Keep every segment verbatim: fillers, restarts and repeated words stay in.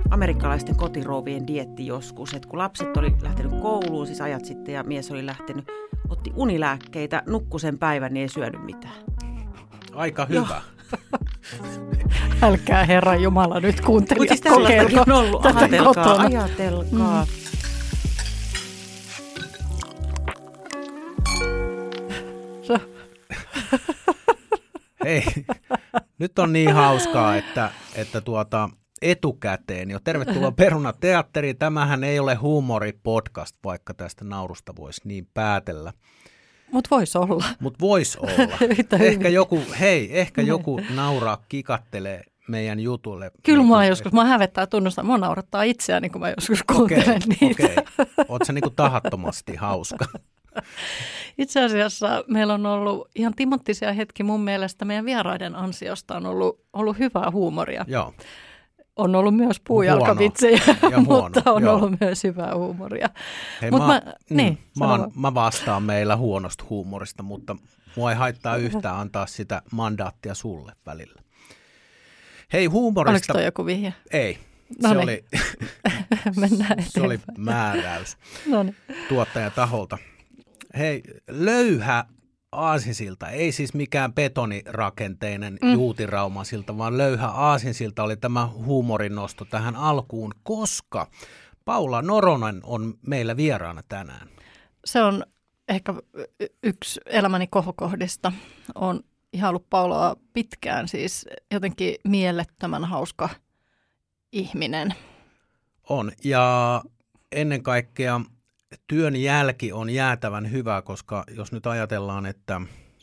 amerikkalaisten kotirouvien dieetti joskus, että kun lapset oli lähtenyt kouluun, siis ajat sitten, ja mies oli lähtenyt, otti unilääkkeitä, nukkui sen päivän, niin ei syönyt mitään. Aika hyvä. Älkää Herran Jumala nyt kuuntelijat siis kokeilko on ollut. tätä Ajatelkaa, kotona. ajatelkaa. Mm. Hei, nyt on niin hauskaa, että, että tuota, etukäteen jo. Tervetuloa Peruna Teatteriin. Tämähän ei ole huumoripodcast, vaikka tästä naurusta voisi niin päätellä. Mutta voisi olla. Mutta voisi olla. Ehkä joku, hei, ehkä joku nauraa, kikattelee meidän jutulle. Kyllä mä oon joskus, mä hävettää tunnustaa, mä naurattaa itseäni, kun mä joskus kuuntelen okay, niitä. Okei, okay. Oot sä niinku tahattomasti hauska? Itse asiassa meillä on ollut ihan timanttisia hetki mun mielestä. Meidän vieraiden ansiosta on ollut, ollut hyvää huumoria. Joo. On ollut myös puujalkavitsejä, mutta on joo. ollut myös hyvää huumoria. Hei, Mut mä, mä, mm, niin, mä, on, mä vastaan meillä huonosta huumorista, mutta mua ei haittaa yhtään antaa sitä mandaattia sulle välillä. Hei, huumorista... Oliko toi joku vihje? Ei. No se, niin. oli, Mennään se oli määräys Noniin. tuottajan taholta. Hei, löyhä aasinsilta, ei siis mikään betonirakenteinen mm. juutiraumasilta, vaan löyhä aasinsilta oli tämä huumorin nosto tähän alkuun, koska Paula Noronen on meillä vieraana tänään. Se on ehkä y- yksi elämäni kohokohdista. Olen ihaillut Paulaa pitkään, siis jotenkin mielettömän hauska ihminen. On, ja ennen kaikkea työn jälki on jäätävän hyvä, koska jos nyt ajatellaan, että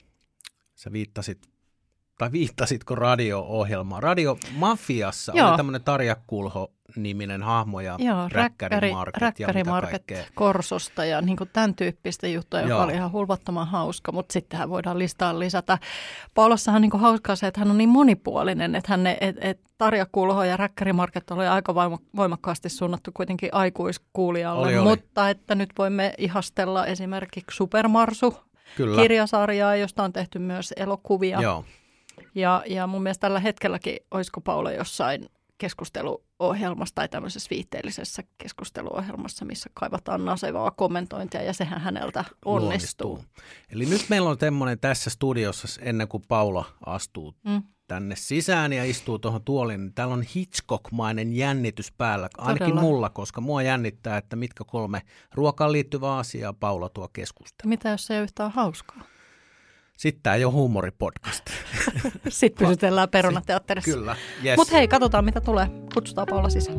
sä viittasit, tai viittasitko radio-ohjelmaan. Radio Mafiassa Joo. oli tämmöinen Tarja Kulho-niminen hahmo ja Joo, räkkärimarket ja mitä kaikkea. Korsosta ja niin kuin tämän tyyppistä juttuja, joka Joo. oli ihan hulvattoman hauska, mutta sittenhän voidaan listaan lisätä. Paulassahan niin kuin hauskaa se, että hän on niin monipuolinen, että hän, et, et Tarja Kulho ja räkkärimarket oli aika voimakkaasti suunnattu kuitenkin aikuiskuulijalle, oli, oli. mutta että nyt voimme ihastella esimerkiksi Supermarsu Kyllä. kirjasarjaa, josta on tehty myös elokuvia. Joo. Ja, ja mun mielestä tällä hetkelläkin, olisiko Paula jossain keskusteluohjelmassa tai tämmöisessä viihteellisessä keskusteluohjelmassa, missä kaivataan nasevaa kommentointia ja sehän häneltä onnistuu. Luonnistuu. Eli nyt meillä on semmoinen tässä studiossa, ennen kuin Paula astuu mm. tänne sisään ja istuu tuohon tuoliin, niin täällä on Hitchcock-mainen jännitys päällä, ainakin Todella. mulla, koska mua jännittää, että mitkä kolme ruokaan liittyvää asiaa Paula tuo keskustelua. Mitä jos se ei ole yhtään hauskaa? Sitten tämä ei ole huumoripodcast. Sitten pysytellään Perunateatterissa. Kyllä, yes. Mutta hei, katsotaan mitä tulee. Kutsutaan Paula sisään.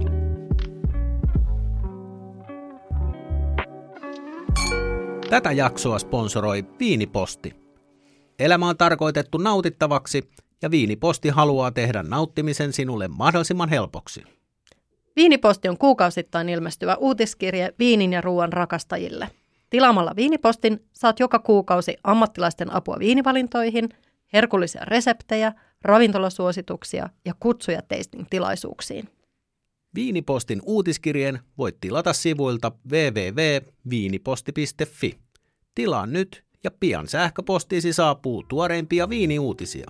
Tätä jaksoa sponsoroi Viiniposti. Elämä on tarkoitettu nautittavaksi ja Viiniposti haluaa tehdä nauttimisen sinulle mahdollisimman helpoksi. Viiniposti on kuukausittain ilmestyvä uutiskirje viinin ja ruoan rakastajille. Tilaamalla Viinipostin saat joka kuukausi ammattilaisten apua viinivalintoihin, herkullisia reseptejä, ravintolasuosituksia ja kutsuja tasting-tilaisuuksiin. Viinipostin uutiskirjeen voit tilata sivuilta double-u double-u double-u piste viiniposti piste fi. Tilaa nyt ja pian sähköpostiisi saapuu tuoreimpia viiniuutisia.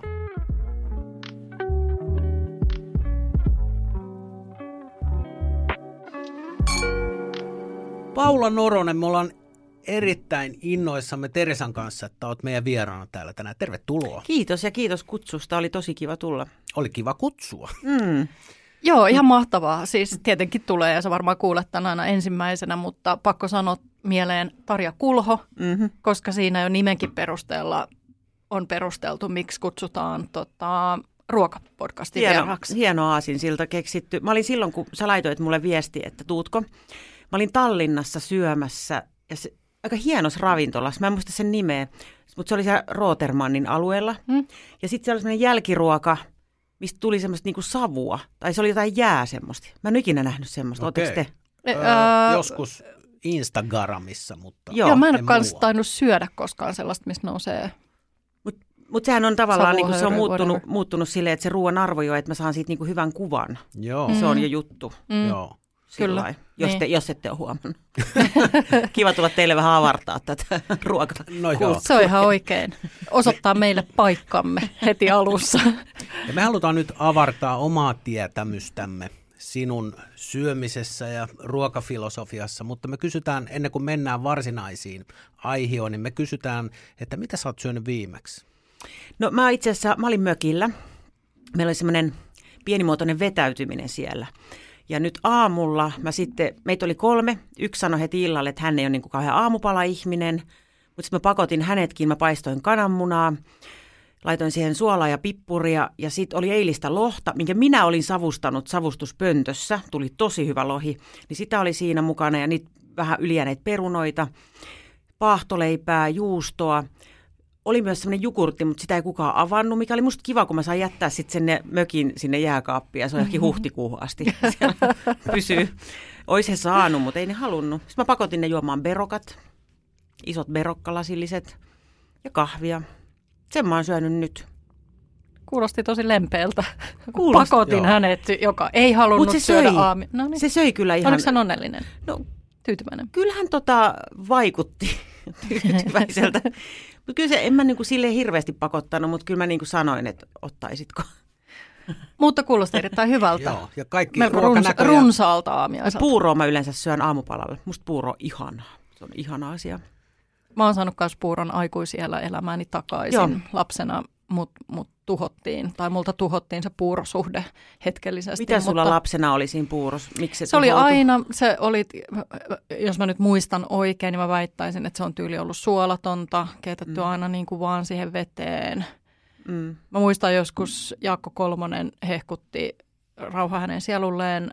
Paula Noronen, me ollaan erittäin innoissamme Teresan kanssa, että olet meidän vieraana täällä tänään. Tervetuloa. Kiitos ja kiitos kutsusta. Oli tosi kiva tulla. Oli kiva kutsua. Mm. Joo, ihan mahtavaa. Siis tietenkin tulee ja sä varmaan kuulet tämän aina ensimmäisenä, mutta pakko sanoa mieleen Tarja Kulho, mm-hmm. koska siinä jo nimenkin perusteella on perusteltu, miksi kutsutaan tota, ruokapodcastin Hieno, vieraksi. hieno aasinsilta keksitty. Mä olin silloin, kun sä laitoit mulle viesti, että tuutko. Mä olin Tallinnassa syömässä ja se, aika hienossa ravintolassa. Mä en muista sen nimeä, mutta se oli siellä Rotermannin alueella. Mm. Ja sitten siellä oli sellainen jälkiruoka, mistä tuli semmoista niinku savua. Tai se oli jotain jää semmoista. Mä en ikinä nähnyt semmoista. Okei. Ootteko te? Öö, joskus Instagramissa, mutta Joo, joo mä en ole kans muualla. tainnut syödä koskaan sellaista, missä nousee. Mutta mut sehän on tavallaan, niinku, se on Savuhöyry, muuttunut, whatever. muuttunut silleen, että se ruoan arvo jo, että mä saan siitä niinku hyvän kuvan. Joo. Mm. Se on jo juttu. Mm. Joo. Kyllä. Sillai, jos, Niin. te, jos ette ole huomannut. Kiva tulla teille vähän avartaa tätä ruokaa. No joo. Se on ihan oikein. Osoittaa meille paikkamme heti alussa. Ja me halutaan nyt avartaa omaa tietämystämme sinun syömisessä ja ruokafilosofiassa, mutta me kysytään, ennen kuin mennään varsinaisiin aiheisiin, niin me kysytään, että mitä sä oot syönyt viimeksi? No mä itse asiassa, mä olin mökillä. Meillä oli semmoinen pienimuotoinen vetäytyminen siellä. Ja nyt aamulla mä sitten, meitä oli kolme, yksi sanoi heti illalle, että hän ei ole niin kuin kauhean aamupala-ihminen, mutta sitten mä pakotin hänetkin, mä paistoin kananmunaa, laitoin siihen suolaa ja pippuria ja sitten oli eilistä lohta, minkä minä olin savustanut savustuspöntössä, tuli tosi hyvä lohi, niin sitä oli siinä mukana ja niitä vähän ylijääneitä perunoita, paahtoleipää, juustoa. Oli myös semmoinen jogurtti, mutta sitä ei kukaan avannut, mikä oli musta kiva, kun mä sain jättää sitten sen mökin sinne jääkaappiin ja se on ehkä huhtikuuhun asti siellä pysyy. Ois he saanut, mutta ei ne halunnut. Sitten mä pakotin ne juomaan berokat, isot berokkalasilliset ja kahvia. Sen mä oon syönyt nyt. Kuulosti tosi lempeältä. Kuulosti, pakotin joo. hänet, joka ei halunnut se syödä söi. aamia. No niin. Se söi kyllä ihan... Oliko hän onnellinen? No, tyytyväinen? Kyllähän tota vaikutti tyytyväiseltä. Mutta kyllä se, en mä niinku silleen hirveästi pakottanut, mutta kyllä mä niinku sanoin, että ottaisitko. Mutta kuulosti erittäin hyvältä. Joo, ja kaikki Melko ruoka runs, näköjään... runsaalta aamiaiselta. Puuroa mä yleensä syön aamupalalle. Musta puuro on ihanaa. Se on ihana asia. Mä oon saanut myös puuron aikuisiellä elämääni takaisin Joo. lapsena, mutta mut tuhottiin, tai multa tuhottiin se puurosuhde hetkellisesti. Mitä sulla mutta lapsena oli siinä puurossa? Miksi se se oli tuhoutui? aina, se oli, jos mä nyt muistan oikein, niin mä väittäisin, että se on tyyli ollut suolatonta, keitetty mm. aina niin kuin vaan siihen veteen. Mm. Mä muistan joskus Jaakko Kolmonen hehkutti, rauha hänen sielulleen,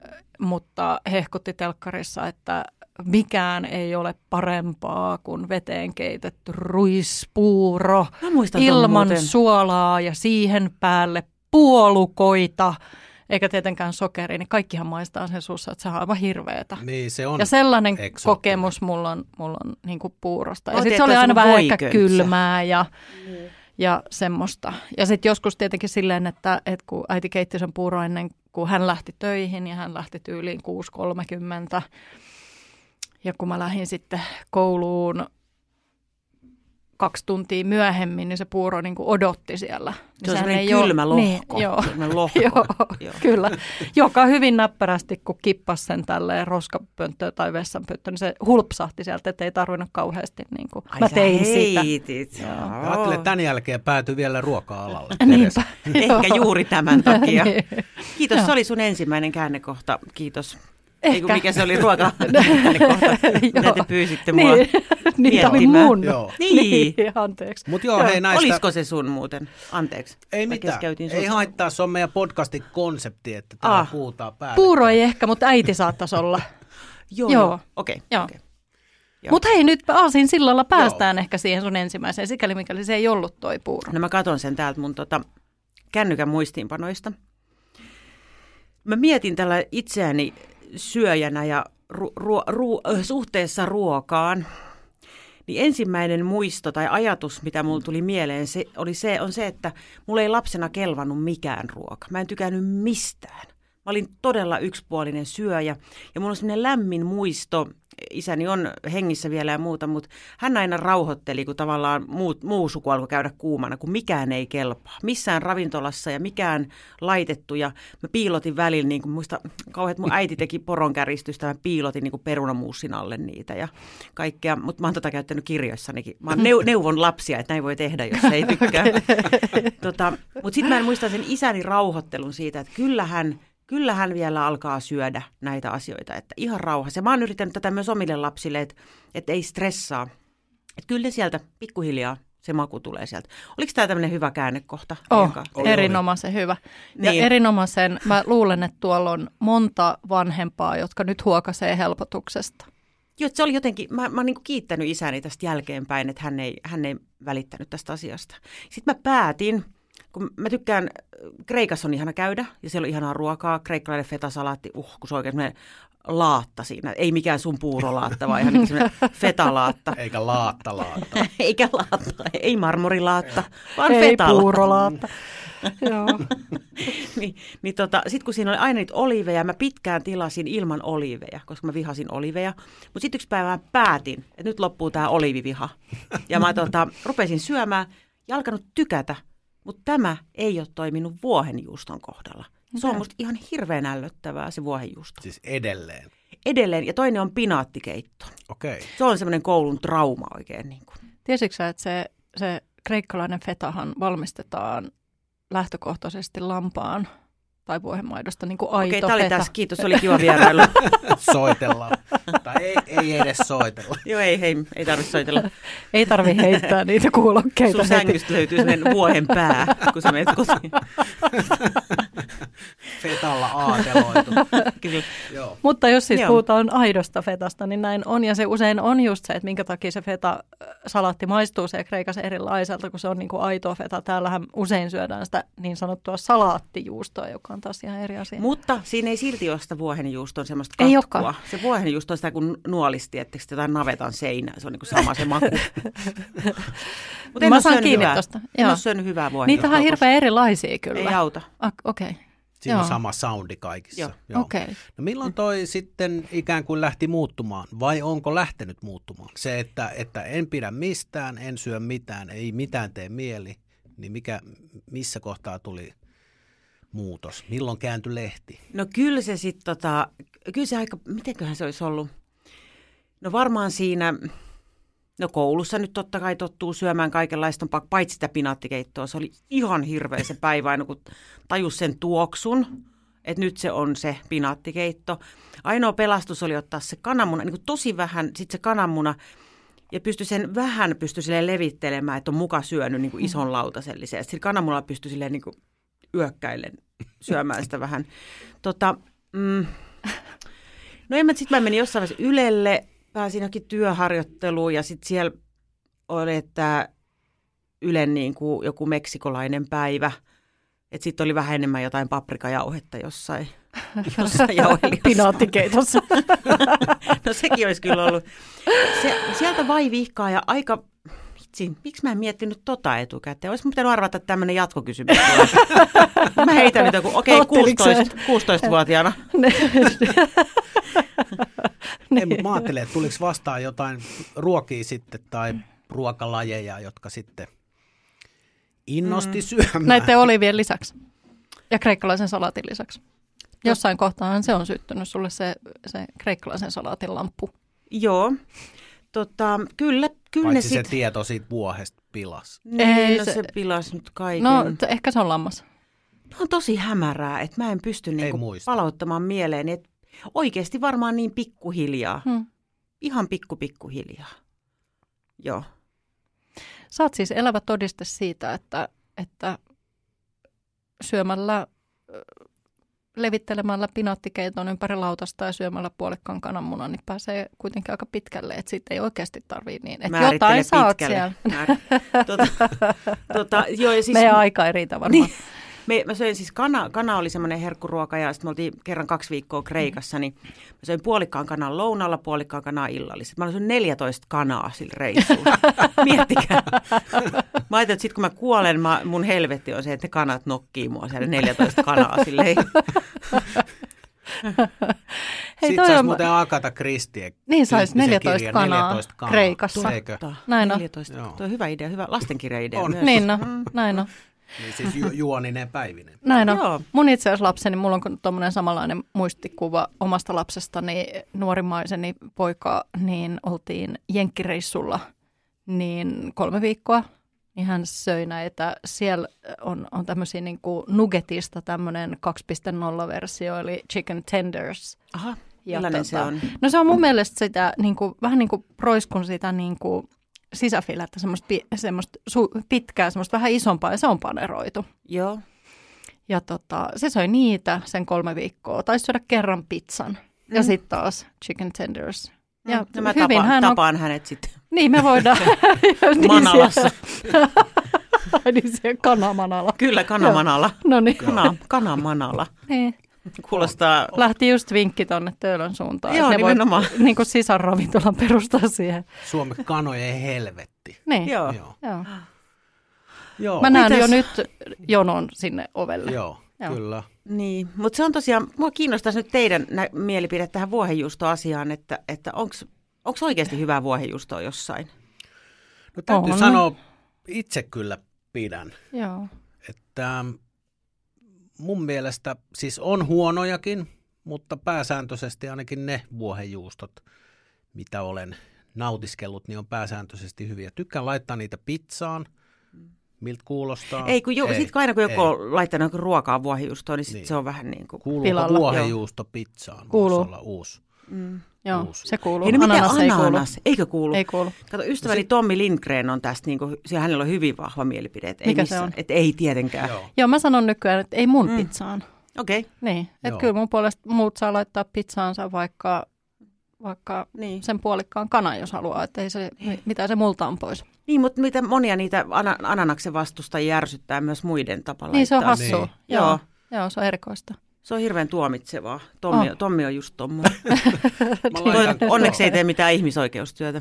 mutta hehkutti telkkarissa, että mikään ei ole parempaa kuin veteen keitetty ruispuuro ilman muuten. suolaa ja siihen päälle puolukoita, eikä tietenkään sokeria, niin kaikkihan maistaa sen suussa, että se on aivan hirveetä. Niin, se on ja sellainen eksoottinen. kokemus mulla on, mulla on niin kuin puurosta. Ja Oot, sitten se että oli aina sun vähän ehkä voiköntsä. kylmää ja, Mm. ja semmoista. Ja sitten joskus tietenkin silleen, että, että kun äiti keitti sen puuro ennen kuin hän lähti töihin ja hän lähti tyyliin kuusi kolmekymmentä. Ja kun mä lähdin sitten kouluun kaksi tuntia myöhemmin, niin se puuro niin kuin odotti siellä. Se on Sehän sellainen ei kylmä ole- lohko. Niin, joo. Kylmä lohko. Joo, Joo. kyllä. Joka hyvin näppärästi, kun kippasi sen tälleen roskapönttöön tai vessanpönttöön, niin se hulpsahti sieltä, ettei tarvinnut kauheasti. Niin kuin Ai mä sä tein sitä. heitit. Joo. Joo. Ajattelin, että tämän jälkeen päätyi vielä ruoka-alalle. Niinpä. Ehkä Joo. juuri tämän takia. Niin. Kiitos, Joo. se oli sun ensimmäinen käännekohta. Kiitos. Ehkä. Ei kun mikä se oli ruoka käännekohta, mitä te Joo. pyysitte mua Niin, niin tämä oli miettimään. mun. Joo. Niin. Anteeksi. Mutta joo, hei näistä... Olisiko se sun muuten? Anteeksi. Ei Mä mitään, keskeytin ei sut. haittaa, se on meidän podcastin konsepti, että täällä Ah. puhutaan päälle. Puuro ei ehkä, mutta äiti saattaisi olla. Joo, Joo. joo. Okei. Joo. okei. Joo. Mutta hei, nyt aasin sillalla päästään ehkä siihen sun ensimmäiseen, sikäli mikäli se ei ollut toi puuro. No mä katon sen täältä mun tota, kännykän muistiinpanoista. Mä mietin tällä itseäni syöjänä ja ru- ru- ru- suhteessa ruokaan. Niin ensimmäinen muisto tai ajatus, mitä mulle tuli mieleen, se, oli se, on se, että mulla ei lapsena kelvannut mikään ruoka. Mä en tykännyt mistään. Mä olin todella yksipuolinen syöjä ja mulla on sellainen lämmin muisto. Isäni on hengissä vielä ja muuta, mutta hän aina rauhoitteli, kun tavallaan muu, muu suku alkoi käydä kuumana, kun mikään ei kelpaa. Missään ravintolassa ja mikään laitettu. Ja mä piilotin välillä, niin kuin muista kauhean, että mun äiti teki poronkäristystä, mä piilotin niin kuin perunamuussin alle niitä ja kaikkea. Mutta mä oon tota käyttänyt kirjoissanikin. Mä oon neu- neuvon lapsia, että näin voi tehdä, jos ei tykkää. tota, mutta sitten mä en muista sen isäni rauhoittelun siitä, että kyllähän Kyllä hän vielä alkaa syödä näitä asioita, että ihan rauhassa. Ja mä oon yrittänyt tätä myös omille lapsille, että, että ei stressaa. Että kyllä sieltä pikkuhiljaa se maku tulee sieltä. Oliko tämä tämmöinen hyvä käännekohta? Oh, Oli, erinomaisen hyvä. Ja Niin. erinomaisen, mä luulen, että tuolla on monta vanhempaa, jotka nyt huokasee helpotuksesta. Joo, se oli jotenkin, mä, mä oon niin kuin kiittänyt isäni tästä jälkeenpäin, että hän ei, hän ei välittänyt tästä asiasta. Sitten mä päätin, kun mä tykkään, Kreikassa on ihana käydä ja siellä on ihanaa ruokaa, kreikkalainen fetasalaatti, uh, kun se on oikein semmoinen laatta siinä. Ei mikään sun puurolaatta, vaan ihan niin semmoinen fetalaatta. Eikä laatta laatta. Eikä laatta, ei marmorilaatta, vaan Ei fetalaatta. puurolaatta. Joo. niin, niin tota, sitten kun siinä oli aina niitä oliiveja, mä pitkään tilasin ilman oliiveja, koska mä vihasin oliiveja. Mutta sitten yksi päivä mä päätin, että nyt loppuu tää oliiviviha. Ja mä tota, rupesin syömään ja alkanut tykätä. Mutta tämä ei ole toiminut vuohenjuuston kohdalla. Se on musta ihan hirveän ällöttävää se vuohenjuusto. Siis edelleen. Edelleen, ja toinen on pinaattikeitto. Okei. Se on semmoinen koulun trauma oikein. Niin kuin. Tiesitkö sä, että se, se kreikkalainen fetahan valmistetaan lähtökohtaisesti lampaan tai vuohenmaidosta, niin kuin aito Okei, tämä oli feta. tässä. Kiitos, oli kiva vierailu. Soitellaan. Tai ei, ei edes soitella. Joo, ei, hei, ei tarvitse soitella. Ei tarvitse heittää niitä kuulokkeita Sun heti. sängystä löytyy sellainen vuohen pää, kun sä menet kotiin. Fetalla aateloitu. Kyllä. Joo. Mutta jos siis Joo. puhutaan aidosta fetasta, niin näin on. Ja se usein on just se, että minkä takia se feta-salaatti maistuu se Kreikassa erilaiselta, kun se on niin kuin aitoa feta. Täällähän usein syödään sitä niin sanottua salaattijuustoa, joka on taas ihan eri asia. Mutta siinä ei silti ole sitä vuohenjuuston semmoista Ei katkua. olekaan. Se vuohenjuusto on sitä kuin nuolisti, etteikö jotain navetan seinää. Se on niin kuin sama se maku. Mutta en Mä ole saan syönyt kiinni hyvää. tosta. En Joo. ole syönyt hyvää vuohenjuustoa. Niitähän on hirveän erilaisia kyllä. Ei auta. Ah, okei. Okay. Siinä on Joo. sama soundi kaikissa. Joo. Joo. Okei. Okay. No milloin toi sitten ikään kuin lähti muuttumaan, vai onko lähtenyt muuttumaan? Se, että, että en pidä mistään, en syö mitään, ei mitään tee mieli, niin mikä, missä kohtaa tuli muutos? Milloin kääntyi lehti? No kyllä se sitten, tota, kyllä se aika, mitenköhän se olisi ollut? No varmaan siinä, no koulussa nyt totta kai tottuu syömään kaikenlaista, paitsi sitä pinaattikeittoa. Se oli ihan hirveä se päivä, aina kun tajus sen tuoksun, että nyt se on se pinaattikeitto. Ainoa pelastus oli ottaa se kananmuna, niin kuin tosi vähän, sitten se kananmuna, ja pystyi sen vähän pystyi silleen levittelemään, että on muka syönyt niin kuin ison lautasellisen. Ja sitten kananmunalla pystyi silleen niin kuin yökkäillen syömään sitä vähän. Tota, mm, no en mä, sitten mä menin jossain vaiheessa Ylelle, pääsin johonkin työharjoitteluun ja sitten siellä oli, että Ylen niin kuin joku meksikolainen päivä. Että sitten oli vähän enemmän jotain paprikajauhetta jossain, jossain jauheliossa. Pinaattikeitossa. No sekin olisi kyllä ollut. Se, sieltä vai vihkaa ja aika, vitsi, miksi mä en miettinyt tota etukäteen? Olisi pitänyt arvata tämmöinen jatkokysymys. Mä heitän nyt joku, okei, okay, kuusitoista, kuusitoistavuotiaana. Ei, mutta mä ajattelin, että tuliko vastaan jotain ruokia sitten tai ruokalajeja, jotka sitten innosti mm. syömään. Näiden olivien lisäksi ja kreikkalaisen salaatin lisäksi. Jossain kohtaahan se on syttynyt sulle se, se kreikkalaisen salaatin lamppu. Joo, tota, kyllä, kyllä Paitsi ne se sit... tieto siitä vuohesta pilas. Ei, no se- se pilasi nyt kaiken. No t- ehkä se on lammas. No on tosi hämärää, että mä en pysty niinku muista. palauttamaan mieleen, että oikeasti varmaan niin pikkuhiljaa. Hmm. Ihan pikku pikkuhiljaa. Joo. Sä oot siis elävä todiste siitä, että, että syömällä, ö, levittelemällä pinaattikeiton ympäri lautasta ja syömällä puolikkaan kananmunan, niin pääsee kuitenkin aika pitkälle, että siitä ei oikeasti tarvii niin. Että Määrittele jotain sä oot pitkälle. siellä. Määr... tota, tota, joo, ja siis... Meidän aika ei riitä varmaan. Niin. Me, mä söin siis kana, kana oli semmoinen herkkuruoka ja sitten me oltiin kerran kaksi viikkoa Kreikassa, niin mä söin puolikkaan kanan lounalla, puolikkaan kanaa illallisesti. Mä olin neljätoista kanaa sillä reissulla. Miettikää. Mä ajattelin, että sit kun mä kuolen, mä, mun helvetti on se, että ne kanat nokkii mua siellä neljätoista kanaa silleen. Hei, Sitten toi saisi on- muuten Akata Kristien Niin sais tyyppisen neljätoista kirjan, kanaa neljätoista kanaa. Kreikassa. Eikö? Totta. Näin on. neljätoista. Joo. Tuo on hyvä idea, hyvä lastenkirjaidea On. myös. Niin no, näin on. Niin siis ju- juoninen päivinen. Näin on. Joo. Mun itse asiassa lapseni, mulla on tuommoinen samanlainen muistikuva omasta lapsestani, nuorimmaiseni poika, niin oltiin jenkkireissulla niin kolme viikkoa. Niin hän söi näitä, siellä on, on tämmöisiä niin kuin nuggetista tämmöinen kaksi piste nolla-versio, eli chicken tenders. Aha, Ja millainen se tota, on? No se on mun mielestä sitä, niin kuin, vähän niin kuin roiskun sitä niin kuin sisäfilettä, semmoista, pi, semmoista su, pitkää, semmoista vähän isompaa, ja se on paneroitu. Joo. Ja tota, se söi niitä sen kolme viikkoa. Taisi syödä kerran pizzan ja Mm. sitten taas chicken tenders. Ja no mä hyvin tapaan, hän on, tapaan hänet sitten niin me voidaan. niin Manalassa. siellä- niin siellä kanamanala. Kyllä, kanamanala. No niin. Kana, kanamanala. niin. Kuulostaa... Lähti just vinkki tonne Töölön suuntaan. Joo, että ne voi nimenomaan. niin kuin sisarravintolan perustaa siihen. Suomen kanojen helvetti. Niin. Joo. Joo. Joo. Joo. Mä näen Mitäs? jo nyt jonon sinne ovelle. Joo, Joo. kyllä. Niin, mutta se on tosiaan, mua kiinnostaisi nyt teidän nä- mielipide tähän vuohenjuustoasiaan, että, että onko oikeasti hyvää vuohenjuustoa jossain? No täytyy On. sanoa, itse kyllä pidän. Joo. Että mun mielestä siis on huonojakin, mutta pääsääntöisesti ainakin ne vuohenjuustot, mitä olen nautiskellut, niin on pääsääntöisesti hyviä. Tykkään laittaa niitä pizzaan. Miltä kuulostaa? Ei, kun, jo, ei, sit, aina kun joku ei. on laittanut ruokaa vuohenjuustoon, niin, sit Niin. se on vähän niin kuin... Kuuluuko pilalla. vuohenjuusto pizzaan? Kuuluu. Voisi olla uusi. Mm. Joo, Uusi. se kuuluu. Ei, no miten Ananas ei kuulu. ananas? Eikö kuulu? Ei kuulu. Kato, ystäväni Tommi Lindgren on tästä, niin kuin, hänellä on hyvin vahva mielipide. Että ei Mikä se missään, on? Että ei tietenkään. Joo. Joo, mä sanon nykyään, että ei mun Mm. pizzaan. Okei, okay. Niin, että Joo. kyllä mun puolesta muut saa laittaa pizzaansa vaikka, vaikka niin. sen puolikkaan kanan, jos haluaa, että ei se, mitä se multa on pois. Niin, mutta mitä monia niitä ana- ananaksen vastustajia järsyttää myös muiden tapa Niin se on laittaa. hassua. Niin. Joo. Joo. Joo, se on erikoista. Se on hirveän tuomitsevaa. Tommi, Oh. Tommi on just tommoinen. Mä laitan- Toi, onneksi ei tee mitään ihmisoikeustyötä.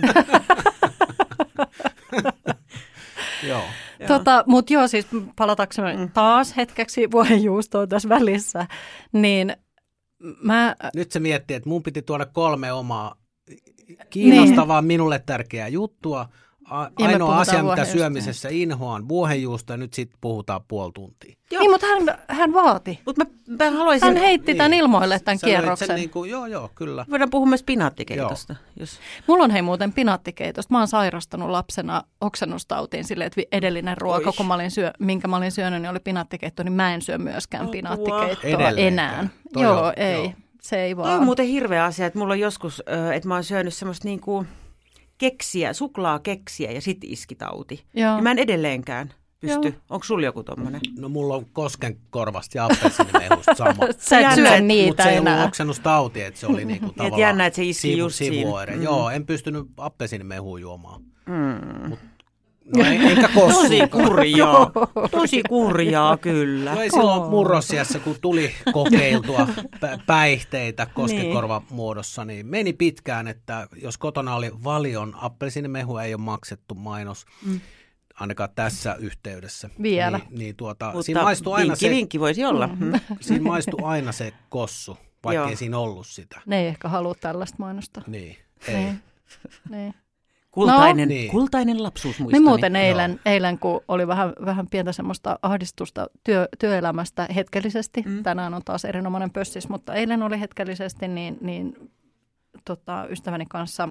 Joo. Tota, mutta joo, siis palataksemme Mm. taas hetkeksi vuohenjuustoon tässä välissä, niin mä... Nyt se miettii, että mun piti tuoda kolme omaa kiinnostavaa, niin. minulle tärkeää juttua. A- Ja me ainoa puhutaan asia, mitä vuohenjuustosta. syömisessä inhoan, vuohenjuusto, ja nyt sitten puhutaan puoli tuntia. Joo. Niin, mutta hän, hän vaati. Mutta mä, mä haluaisin... Hän heitti Niin. tämän ilmoille, tämän Sä löit kierroksen. Sen niin kuin, joo, joo, kyllä. Voidaan puhua myös pinaattikeitosta. Jos... Mulla on hei muuten pinaattikeitosta. Mä oon sairastanut lapsena oksennustautiin silleen, että edellinen ruoka, Oi. kun mä olin syö, minkä mä olin syönyt, niin oli pinaattikeitto, niin mä en syö myöskään Apua. pinaattikeittoa Edelleenkään. enää. Toi Joo, on, ei. joo. Se ei Toi on vaan. muuten hirveä asia, että mulla on joskus, ö, että mä oon syönyt semmoista niinku keksiä, suklaakeksiä ja sit iskitauti. Joo. Ja mä en edelleenkään pysty. Joo. Onko sulla joku tommonen? No mulla on koskenkorvasta ja appelsiinimehusta sama. Sä et Jännä, syö et- niitä Mutta se ei ollut enää. oksennustauti, että se oli niinku tavallaan jännä, että se iski just siinä. sivuoire. Mm. Joo, en pystynyt appelsiinimehua juomaan. Mm. Mut, no ei, eikä koskaan. Tosi kurjaa. Tosi kurjaa kyllä. No ei silloin Oo. murrosiässä, kun tuli kokeiltua pä- päihteitä koskenkorvan muodossa, niin meni pitkään, että jos kotona oli Valion appelsiinimehua, ei ole maksettu mainos, Mm. ainakaan tässä yhteydessä. Vielä. Niin, niin tuota, Mutta siinä maistui aina vinkki, se, vinkki voisi olla. Mm. siinä maistui aina se kossu, vaikka Joo. ei siinä ollut sitä. Ne ei ehkä halua tällaista mainosta. Niin, ei. Niin. Niin. Kultainen, No. kultainen lapsuus Niin muistani. muuten eilen, eilen, kun oli vähän, vähän pientä semmoista ahdistusta työ, työelämästä hetkellisesti, Mm. tänään on taas erinomainen pössis, mutta eilen oli hetkellisesti, niin, niin tota, ystäväni kanssa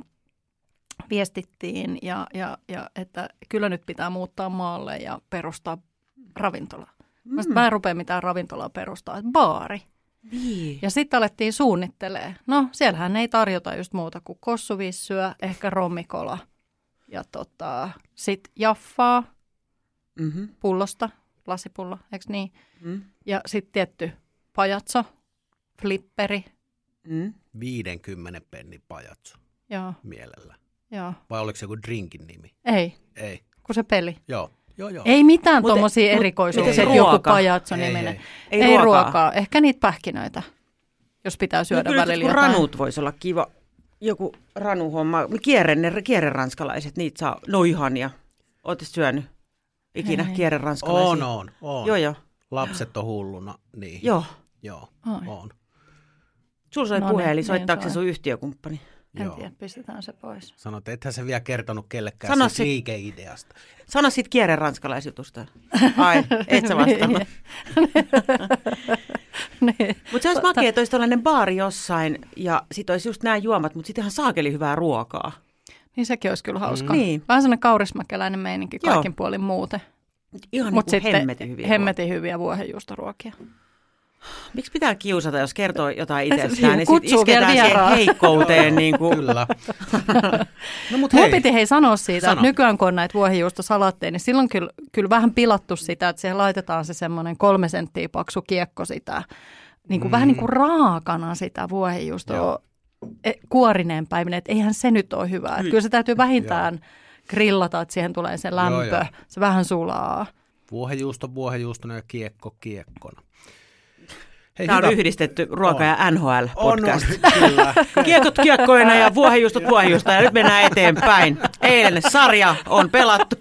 viestittiin, ja, ja, ja että kyllä nyt pitää muuttaa maalle ja perustaa ravintola. Mm. Mä en rupea mitään ravintolaa perustaa, että baari. Niin. Ja sitten alettiin suunnittelemaan. No, siellähän ei tarjota just muuta kuin kossuvissyä, ehkä rommikola ja tota, sitten jaffaa Mm-hmm. pullosta, lasipullo, eikö niin? Mm. Ja sitten tietty pajatso, flipperi, Mm. viidenkymmenen pennin pajatso joo, mielellä. joo. Vai oliko se joku drinkin nimi? Ei, Ei. kun se peli. Joo, joo, joo. Ei mitään Mut- tuommoisia mut- erikoisuuksia, miten että joku ruoka? pajatso Ei, niminen. ei. Ei, Ei ruokaa. ruokaa, ehkä niitä pähkinöitä, jos pitää syödä no, kyllä välillä jotkut jotain. ranut voisi olla kiva. Joku ranuhomma. Kierre, ne kierreranskalaiset, niitä saa. No ihania. Ootte syönyt ikinä Ei. kierreranskalaisia? On, on, on. Joo, joo. Lapset on hulluna, niin. Joo. Joo, Ai. on. Sulla soi No puhelin, niin, soittaako niin se soi. sun yhtiökumppani? En Joo. tiedä, pistetään se pois. Sanoit, ethän se vielä kertonut kellekään Sano siitä sit- liikeideasta. Sano siitä kierreranskalaisjutusta. Ai, et sä vastannut. Niin. Mutta se olisi makea, että olisi tällainen baari jossain ja sit olisi just nämä juomat, mutta sittenhän saakeli hyvää ruokaa. Niin sekin olisi kyllä hauska. Mm. Niin. Vähän sellainen kaurismäkeläinen meininki Joo. kaikin puolin muuten. Ihan Mutta niin kuin sitten hemmetin hyviä. hemmetin hyviä vuohenjuustoruokia. ruokia. Miksi pitää kiusata, jos kertoo jotain Siinä itsestään, niin sitten kutsuu vielä isketään siihen vieraan. heikkouteen. niin kuin. Kyllä. No mut Mulla hei, piti hei sanoa siitä, Sano. että nykyään kun on näitä vuohenjuustosalatteja, niin silloin kyllä, kyllä vähän pilattu sitä, että siihen laitetaan se semmoinen kolme senttiä paksu kiekko sitä, niin kuin, mm. vähän niin kuin raakana sitä vuohenjuustoa Joo. e- kuorineen päivinä, että eihän se nyt ole hyvä. Että kyllä se täytyy vähintään grillata, että siihen tulee se lämpö, Joo, joo. se vähän sulaa. vuohenjuusto vuohenjuustona ja kiekko kiekkona. Hei, Tämä on hyvä. yhdistetty ruoka- ja N H On, on, L-podcast. kyllä. Kiekot kiekkoina ja vuohenjuustot vuohenjuusta ja nyt mennään eteenpäin. Eilen sarja on pelattu.